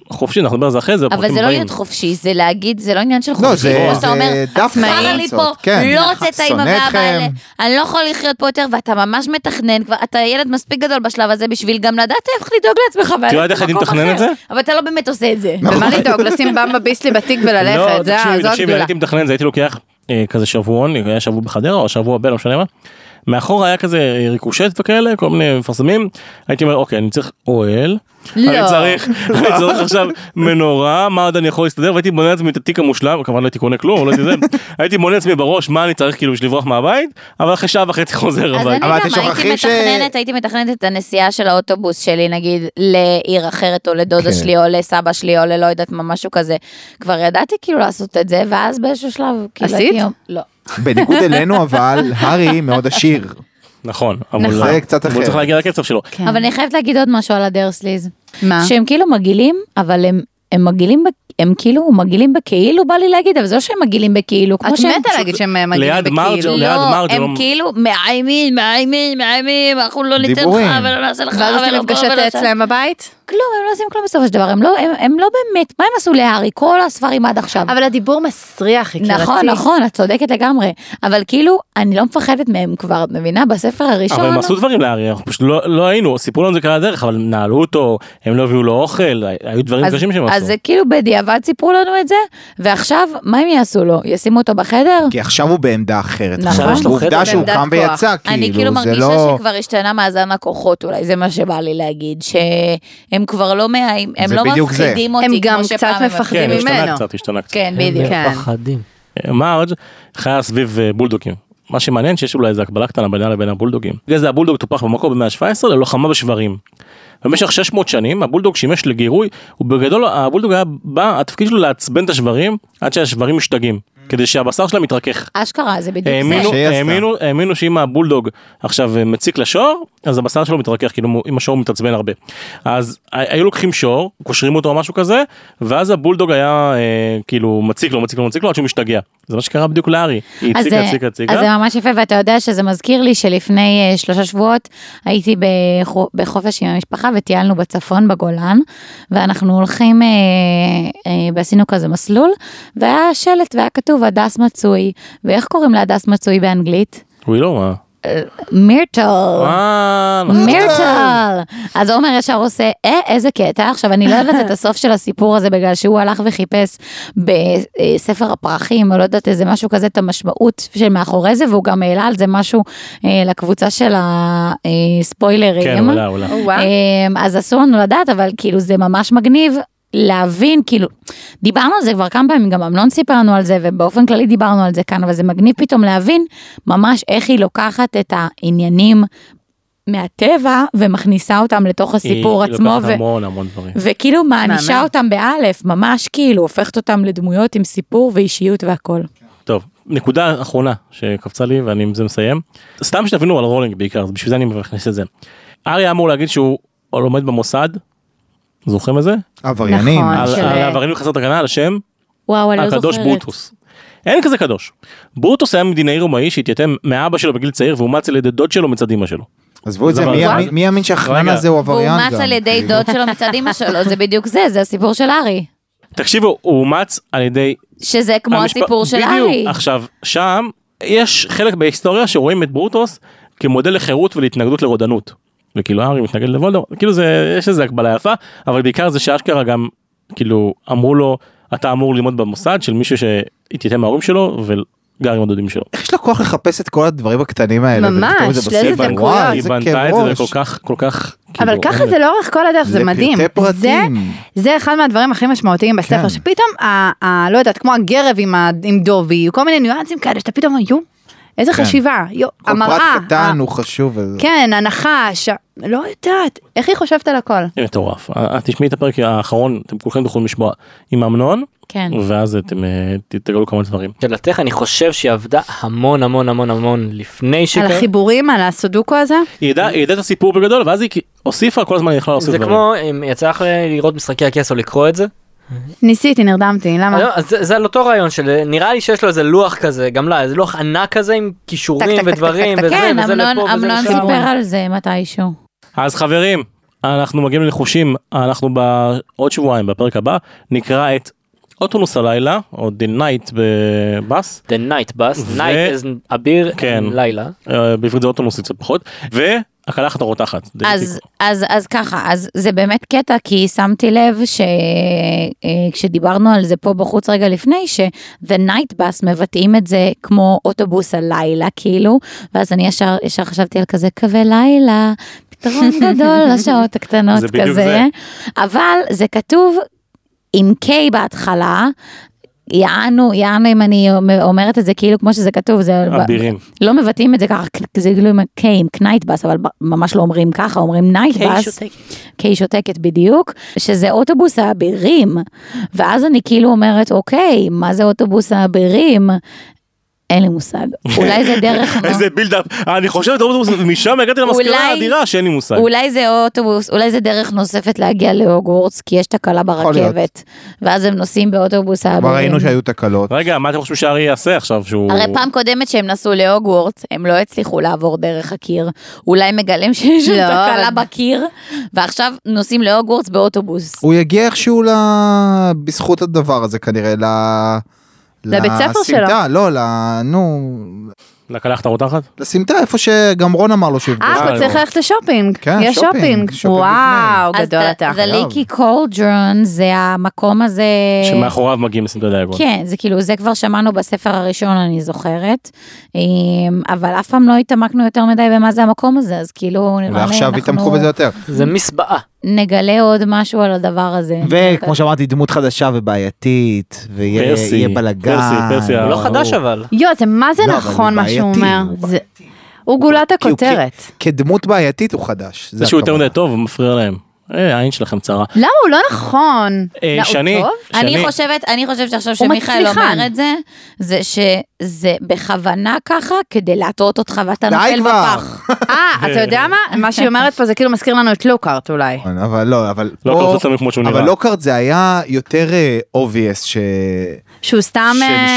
חופשי, אנחנו נדבר על זה אחרי זה. אבל זה לא להיות חופשי, זה להגיד, זה לא עניין של חופשי. זה דף לי פה, לא רוצה את האמא והבעלה, אני לא יכול לחיות פה יותר, ואתה ממש מתכנן, אתה ילד מספיק גדול בשלב הזה, בשביל גם לדעת איך לדאוג לעצמך. אתה יודעת איך הייתי מתכנן את זה? אבל אתה לא באמת עושה את זה. ומה לדאוג? לשים במבה ביסלי בתיק וללכת, זו הגדולה. הייתי מתכנן, הייתי לוקח כזה שבועון, היה שבוע בחדרה או שבוע בין, לא משנה מה. מאחור היה כזה ריקושט וכאלה, כל מיני מפרסמים, הייתי אומר, אוקיי, אני צריך אוהל, אני צריך עכשיו מנורה, מה עוד אני יכול להסתדר, והייתי בונה לעצמי את התיק המושלם, כמובן לא הייתי קונה כלום, הייתי בונה לעצמי בראש מה אני צריך כאילו לברוח מהבית, אבל אחרי שעה וחצי חוזר הביתה. אז אני גם הייתי מתכננת את הנסיעה של האוטובוס שלי, נגיד לעיר אחרת, או לדודה שלי, או לסבא שלי, או ללא יודעת מה, משהו כזה. כבר ידעתי כאילו לעשות את זה, ואז באיזשהו שלב, עשית? לא. בניגוד אלינו, אבל הארי מאוד עשיר. נכון, זה קצת אחר. הוא צריך להגיע לקצב שלו. אבל אני חייבת להגיד עוד משהו על הדרסליז. מה? שהם כאילו מגעילים, אבל הם מגעילים, הם כאילו מגעילים בכאילו, בא לי להגיד, אבל זה לא שהם מגעילים בכאילו, את מתה להגיד שהם מגעילים בכאילו. לא, הם כאילו מאיימים, אנחנו לא ניתן לך ולא נעשה לך. ואז אתם נפגשת אצלם בבית? כלום, הם לא עושים כלום בסוף של דבר, הם לא באמת, מה הם עשו להארי, כל הספרים עד עכשיו? אבל הדיבור מסריח, יקירתי. נכון, את צודקת לגמרי, אבל כאילו, אני לא מפחדת מהם כבר, את מבינה, בספר הראשון. אבל הם עשו דברים להארי, אנחנו פשוט לא היינו, סיפרו לנו זה כלל הדרך, אבל נעלו אותו, הם לא הביאו לו אוכל, היו דברים קשים שהם עשו. אז זה כאילו בדיעבד סיפרו לנו את זה, ועכשיו, מה הם יעשו לו? ישימו אותו בחדר? כי עכשיו הוא בעמדה אחרת. נכון. עובדה שהוא קם ויצא, אני כאילו מרגישה שכבר השתנה מאזן הכוחות, אולי זה מה שבא לי להגיד, הם כבר לא מאיים, הם לא מפחידים אותי, הם גם קצת מפחדים ממנו. השתנה קצת. כן, בדיוק. מפחדים. מרג' חיה סביב בולדוגים. מה שמעניין שיש אולי איזה הקבלה קטנה בינה לבין הבולדוגים. בגלל זה הבולדוג טופח במקור במאה ה-17 ללוחמה בשברים. במשך 600 שנים הבולדוג שימש לגירוי, ובגדול הבולדוג היה בא, התפקיד שלו לעצבן את השברים עד שהשברים משתגעים. כדי שהבשר שלהם מתרכך. אשכרה, זה בדיוק זה. האמינו שאם הבולדוג עכשיו מציק לשור, אז הבשר שלו מתרכך, כאילו אם השור מתעצבן הרבה. אז היו לוקחים שור, קושרים אותו או משהו כזה, ואז הבולדוג היה כאילו מציק לו, עד שהוא משתגע. זה מה שקרה בדיוק להארי. היא הציקה. אז זה ממש יפה, ואתה יודע שזה מזכיר לי שלפני 3 שבועות הייתי בחופש עם המשפחה, וטיילנו בצפון בגולן, ואנחנו הולכים, ועשינו כזה מסלול, והיה שלט והיה כתוב הדס מצוי, ואיך קוראים להדס מצוי באנגלית? ווילו, מה? מירטל. אז עומר ישר עושה, איזה קטע, עכשיו אני לא יודעת את הסוף של הסיפור הזה, בגלל שהוא הלך וחיפש בספר הפרחים, או לא יודעת איזה משהו כזה, את המשמעות של מאחורי זה, והוא גם העלה על זה משהו לקבוצה של הספוילרים. כן, אולי. אז אסור לנו לדעת, אבל כאילו זה ממש מגניב, להבין, כאילו, דיברנו על זה כבר כמה פעמים, גם אמנון סיפרנו על זה, ובאופן כללי דיברנו על זה כאן, אבל זה מגניב פתאום להבין, ממש איך היא לוקחת את העניינים מהטבע, ומכניסה אותם לתוך הסיפור עצמו, היא לוקחת המון דברים. וכאילו מענישה אותם באלף, ממש כאילו, הופכת אותם לדמויות עם סיפור ואישיות והכל. טוב, נקודה אחרונה שקפצה לי, ואני עם זה מסיים. סתם שתבינו על רולינג בעיקר, בשביל זה אני מכניס את זה. ארי אמור להגיד שהוא לומד במוסד, זוכרים את זה? עבריינים. נכון, על העבריינים חסרת הגנה, על השם וואו, אני לא הקדוש זוכרת. ברוטוס. אין כזה קדוש. ברוטוס היה מדינאי רומאי שהתייתם מאבא שלו בגיל צעיר, והוא אומץ על ידי דוד שלו מצד אמא שלו. עזבו את זה, מי יאמין שהאחרון הזה הוא עבריין גם? והוא אומץ על ידי דוד שלו מצד אמא שלו, זה בדיוק זה הסיפור של ארי. תקשיבו, הוא אומץ על ידי... שזה כמו הסיפור של ארי. בדיוק, עכשיו, שם יש חלק בהיסטוריה שרואים את ברוטוס כמודל לחירות ולהתנגדות לרודנות. וכאילו הארי מתנגד לוולדמורט, כאילו יש איזה הקבלה יפה, אבל בעיקר זה שאשכרה גם, כאילו, אמרו לו, אתה אמור ללמוד במוסד של מישהו שהתייתם מההורים שלו, וגר עם הדודים שלו. איך יש לו כוח לחפש את כל הדברים הקטנים האלה? ממש, לאיזה דקויות. היא בנתה את זה כל כך... אבל ככה זה לאורך כל הדרך, זה מדהים. לפרטי פרטים. זה אחד מהדברים הכי משמעותיים בספר, שפתאום, לא יודעת, כמו הגרב עם דובי, כל מיני ניואנסים כאלה, שאתה פתאום, איזה חשיבה, המראה. כל פרט קטן הוא חשוב. כן, הנחש, לא יודעת, איך היא חושבת על הכל? מטורף. תשמעי את הפרק האחרון, אתם כולכם תוכלו לשמוע עם אמנון, ואז אתם תגלו כמה דברים. שאלתך, אני חושב שהיא עבדה המון לפני שקרה. על החיבורים, על הסודוקו הזה? היא ידעה את הסיפור בגדול, ואז היא הוסיפה, כל הזמן היא יכלה להוסיף דברים. זה כמו, אם יצא לך לראות משחקי הכס או לקרוא את זה? ניסיתי, נרדמתי, למה? זה על אותו רעיון של, נראה לי שיש לו איזה לוח כזה, גם לה, איזה לוח ענק כזה עם כישורים ודברים, וזה כן, לפה וזה אמנון סיפר על זה מתישהו. אז חברים, אנחנו מגיעים לניחושים, אנחנו בעוד שבועיים בפרק הבא, נקרא את אוטונוס הלילה, או The Night בבאס. The Night Bus, Night is אביר, כן. לילה. בעברית זה אוטונוס קצת פחות, והקלחת הרותחת. אז ככה, אז זה באמת קטע, כי שמתי לב שכשדיברנו על זה פה בחוץ רגע לפני, ש-The Night Bus מבטאים את זה כמו אוטובוס הלילה, כאילו, ואז אני ישר חשבתי על כזה קווי לילה, פתרון גדול לשעות הקטנות כזה, אבל זה כתוב עם K בהתחלה, יענו אם אני אומרת את זה כאילו כמו שזה כתוב, זה אבירים. לא מבטאים את זה ככה, זה כאילו עם K, עם קנייטבס, אבל ממש לא אומרים ככה, אומרים נייטבס, K שותקת בדיוק, שזה אוטובוס האבירים, ואז אני כאילו אומרת, אוקיי, מה זה אוטובוס האבירים? אין לי מושג, אולי זה דרך... איזה בילדאפ, אני חושבת אוטובוס, משם הגעתי למסקנה האדירה שאין לי מושג. אולי זה אוטובוס, אולי זה דרך נוספת להגיע להוגוורטס, כי יש תקלה ברכבת, ואז הם נוסעים באוטובוס האבירים. כבר ראינו שהיו תקלות. רגע, מה אתם חושבים שהארי יעשה עכשיו שהוא... הרי פעם קודמת שהם נסעו להוגוורטס, הם לא הצליחו לעבור דרך הקיר, אולי מגלים שיש שם תקלה בקיר, ועכשיו נוסעים להוגוורטס באוטובוס. הוא יגיע איכשהו בזכות הדבר הזה כנראה, לבית ספר שלו. לא, לקלחת הרותחת? לסמטה, איפה שגם רון אמר לו שיפגוש. הוא צריך ללכת לשופינג. כן, יש שופינג. וואו, גדול אתה. אז The Leaky Cauldron זה המקום הזה... שמאחוריו מגיעים לסמטה דיאגון. כן, זה כאילו, זה כבר שמענו בספר הראשון, אני זוכרת, אבל אף פעם לא התעמקנו יותר מדי במה זה המקום הזה, אז כאילו... ועכשיו התעמקו בזה יותר. זה מסבעה. נגלה עוד משהו על הדבר הזה. וכמו שאמרתי, דמות חדשה ובעייתית, ויהיה בלגן. פרסי. הוא לא חדש אבל. זה מה זה נכון מה שהוא אומר. הוא גולת הכותרת. כדמות בעייתית הוא חדש. זה שהוא יותר מדי טוב, הוא מפריע להם. העין שלכם צרה. למה הוא לא נכון? שני. אני חושבת שעכשיו שמיכאל אומר את זה, זה שזה בכוונה ככה, כדי להטעות אותך ואתה נופל בפח. אתה יודע מה? מה שהיא אומרת פה זה כאילו מזכיר לנו את לוקארט אולי. אבל לא, אבל לוקארט זה היה יותר obvious שהוא סתם...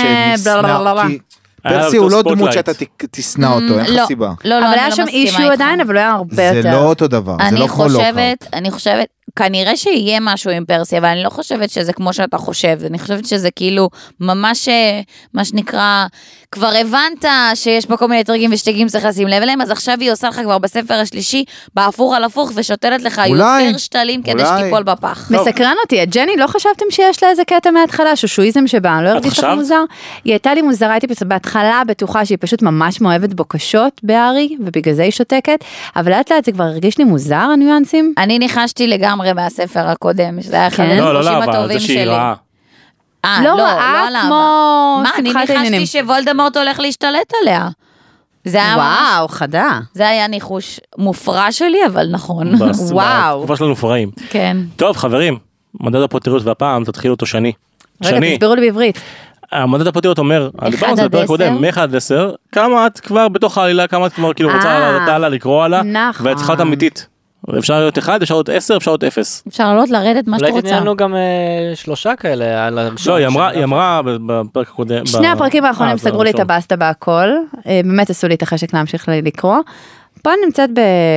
פרסי הוא לא דמות שאתה תשנא אותו, אין לך סיבה. אבל היה שם אישו עדיין, אבל הוא היה הרבה יותר. זה לא אותו דבר, זה לא כמו לוקארט. אני חושבת, כנראה שיהיה משהו עם פרסי, אבל אני לא חושבת שזה כמו שאתה חושב, אני חושבת שזה כאילו ממש, מה שנקרא, כבר הבנת שיש פה כל מיני טריקים ושתיקים צריך לשים לב אליהם, אז עכשיו היא עושה לך כבר בספר השלישי, בהפוך על הפוך, ושותלת לך יותר שתלים כדי שתיפול בפח. מסקרן אותי, את ג'ני לא חשבתם שיש לה איזה קטע מההתחלה, שושואיזם שבה, לא הרגיש לך מוזר? היא הייתה לי מוזרה, הייתי בהתחלה בטוחה שהיא פשוט ממש מאוהבת בוקשות בארי, ובגלל זה היא שותקת, אבל לאט לאט זה כבר הרגיש לי מוזר, הניואנסים. אני ניחשתי לגמרי מהספר הקודם, שזה היה אחד הניחושים הטובים שלי. לא רעה כמו שמחת העניינים. אני ניחשתי שוולדמורט הולך להשתלט עליה. וואו, חדה. זה היה ניחוש מופרע שלי, אבל נכון. וואו. בתקופה שלנו מופרעים. כן. טוב, חברים, מדד הפרטיות והפעם תתחילו אותו שני. רגע, תסבירו לי בעברית. המדד הפרטיות אומר, דיברנו על זה בפרק קודם, מ-1 עד 10, כמה את כבר בתוך העלילה, כמה את כבר כאילו רוצה לקרוא עליה, ואת צריכה את אמיתית. אפשר להיות 1, אפשר להיות 10, אפשר להיות 0. אפשר לעלות לרדת מה שאתה רוצה. אולי תתניענו גם 3 כאלה. לא, היא אמרה בפרק הקודם. שני הפרקים האחרונים סגרו לי את הבאסטה בהכל, באמת עשו לי את החשק להמשיך לקרוא. פה אני נמצאת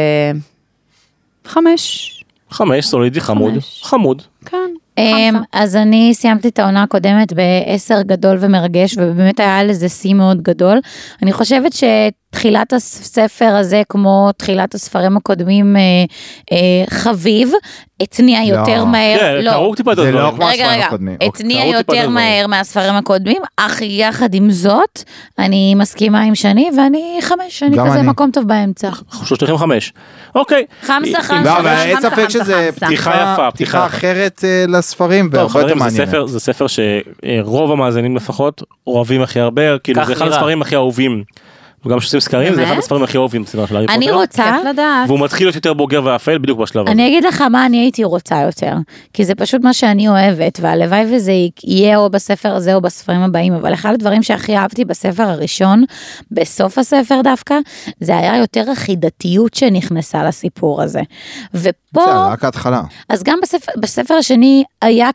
5. 5, סולידי, חמוד. כן. אז אני סיימתי את העונה הקודמת ב10 גדול ומרגש, ובאמת היה לזה שיא מאוד גדול. אני חושבת שתחילת הספר הזה, כמו תחילת הספרים הקודמים, חביב, התניע יותר מהר. לא, קראו טיפה את הדברים. זה לא כמו הספרים הקודמים. התניע יותר מהר מהספרים הקודמים, אך יחד עם זאת, אני מסכימה עם שני, ואני 5, אני כזה מקום טוב באמצע. 5. אוקיי. חמסה. אין ספק שזה פתיחה אחרת לספרים, והרבה יותר מעניינת. זה ספר שרוב המאזינים לפחות אוהבים הכי הרבה, כאילו זה אחד הספרים הכי אהובים. וגם שעושים סקרים, זה אחד הספרים הכי אוהבים בסדרה של הארי פוטר. אני רוצה לדעת. והוא מתחיל להיות יותר בוגר ואפל בדיוק בשלב הזה. אני אגיד לך מה אני הייתי רוצה יותר, כי זה פשוט מה שאני אוהבת, והלוואי וזה יהיה או בספר הזה או בספרים הבאים, אבל אחד הדברים שהכי אהבתי בספר הראשון, בסוף הספר דווקא, זה היה יותר החידתיות שנכנסה לסיפור הזה. ופה... זה רק ההתחלה. אז גם בספר השני היה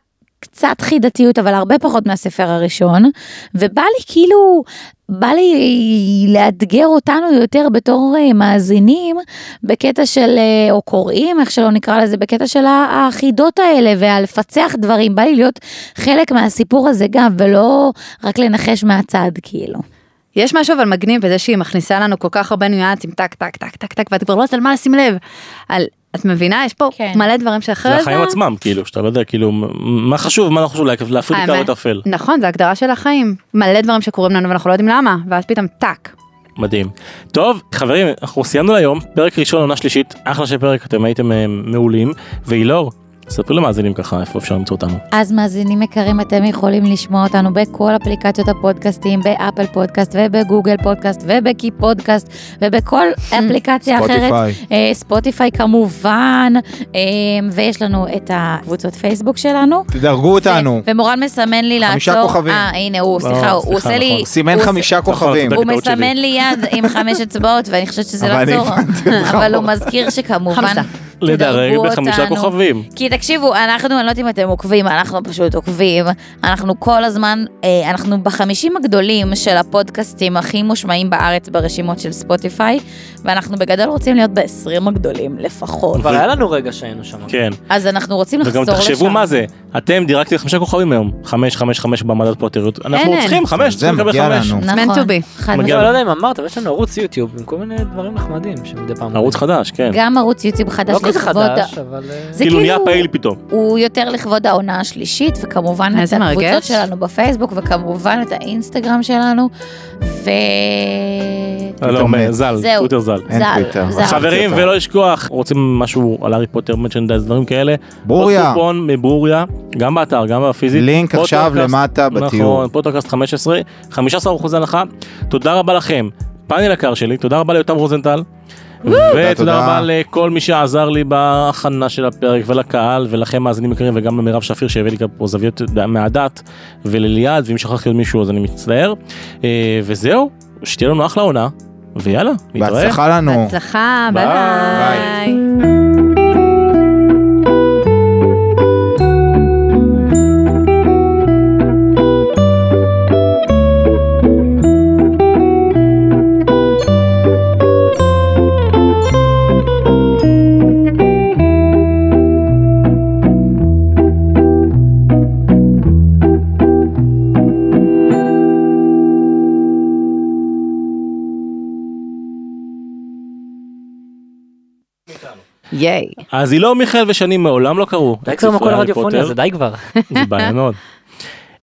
קצת חידתיות, אבל הרבה פחות מהספר הראשון, ובא לי כאילו, בא לי לאתגר אותנו יותר בתור מאזינים, בקטע של, או קוראים, איך שלא נקרא לזה, בקטע של החידות האלה, והלפצח דברים, בא לי להיות חלק מהסיפור הזה גם, ולא רק לנחש מהצד כאילו. יש משהו אבל מגניב בזה שהיא מכניסה לנו כל כך הרבה ניואנסים, טק, טק, טק, טק, טק, ואת כבר לא יודעת על מה לשים לב. את מבינה? יש פה מלא דברים שאחרי זה. זה החיים עצמם, כאילו, שאתה לא יודע, כאילו, מה חשוב, מה לא חשוב, להפריד עיקר וטפל. נכון, זה הגדרה של החיים. מלא דברים שקורים לנו ואנחנו לא יודעים למה, ואז פתאום טק. מדהים. טוב, חברים, אנחנו סיימנו להיום, פרק ראשון, עונה שלישית, אחלה של פרק, אתם הייתם מעולים, ואילור, ספרי למאזינים ככה, איפה אפשר למצוא אותנו. אז מאזינים יקרים, אתם יכולים לשמוע אותנו בכל אפליקציות הפודקאסטים, באפל פודקאסט ובגוגל פודקאסט ובקי פודקאסט ובכל אפליקציה אחרת. ספוטיפיי כמובן, ויש לנו את הקבוצות פייסבוק שלנו. תדרגו אותנו. ומורן מסמן לי לעצור. 5 כוכבים. הנה הוא, סליחה, הוא עושה לי. סימן 5 כוכבים. הוא מסמן לי יד עם 5 אצבעות, ואני חושבת שזה לא צור. אבל הוא מזכיר שכמובן. לדרג ב5 כוכבים. כי תקשיבו, אני לא יודעת אם אתם עוקבים, אנחנו פשוט עוקבים, אנחנו כל הזמן, אנחנו ב50 הגדולים של הפודקאסטים הכי מושמעים בארץ ברשימות של ספוטיפיי, ואנחנו בגדול רוצים להיות ב20 הגדולים לפחות. כבר היה לנו רגע שהיינו שם. כן. אז אנחנו רוצים לחזור לשם. וגם תחשבו מה זה, אתם דירקתי 5 כוכבים היום, 5, 5, 5 במדד פוטריות, אנחנו צריכים 5, צריכים לקבל 5. meant to be. לא יודע אם אמרת, אבל יש לנו ערוץ יוטיוב עם כל מיני דברים נחמדים שמדי פעם. ערוץ חדש, כן. גם ערוץ יוטיוב חדש לכבוד. כאילו נהיה פעיל פתאום. הוא יותר לכבוד העונה השלישית, וכמובן את הקבוצות שלנו בפייסבוק, וכמובן את האינסטגרם שלנו, לא, זל, טוויטר זל. חברים, ולא לשכוח, רוצים משהו על הארי פוטר, מרצ'נדייז, דברים כאלה. ברוריה. קופון מברוריה, גם באתר, גם בפיזית. לינק עכשיו למטה בתיאור. נכון, פודקאסט 15, 15% הנחה. תודה רבה לכם, פאנל יקר שלי, תודה רבה ליותם רוזנטל. ותודה רבה לכל מי שעזר לי בהכנה של הפרק, ולקהל, ולכם מאזינים יקרים, וגם למירב שפיר שהביא לי פה זוויות מהדת, ולליעד, ואם שכחתי עוד מישהו אז אני מצטער. וזהו, שתהיה לנו אחלה עונה, ויאללה, נתראה. בהצלחה לנו. בהצלחה, ביי. אז היא לא מיכאל ושנים מעולם לא קראו. די כבר עם הכל הרדיופוניה, זה די כבר. זה בעיה מאוד.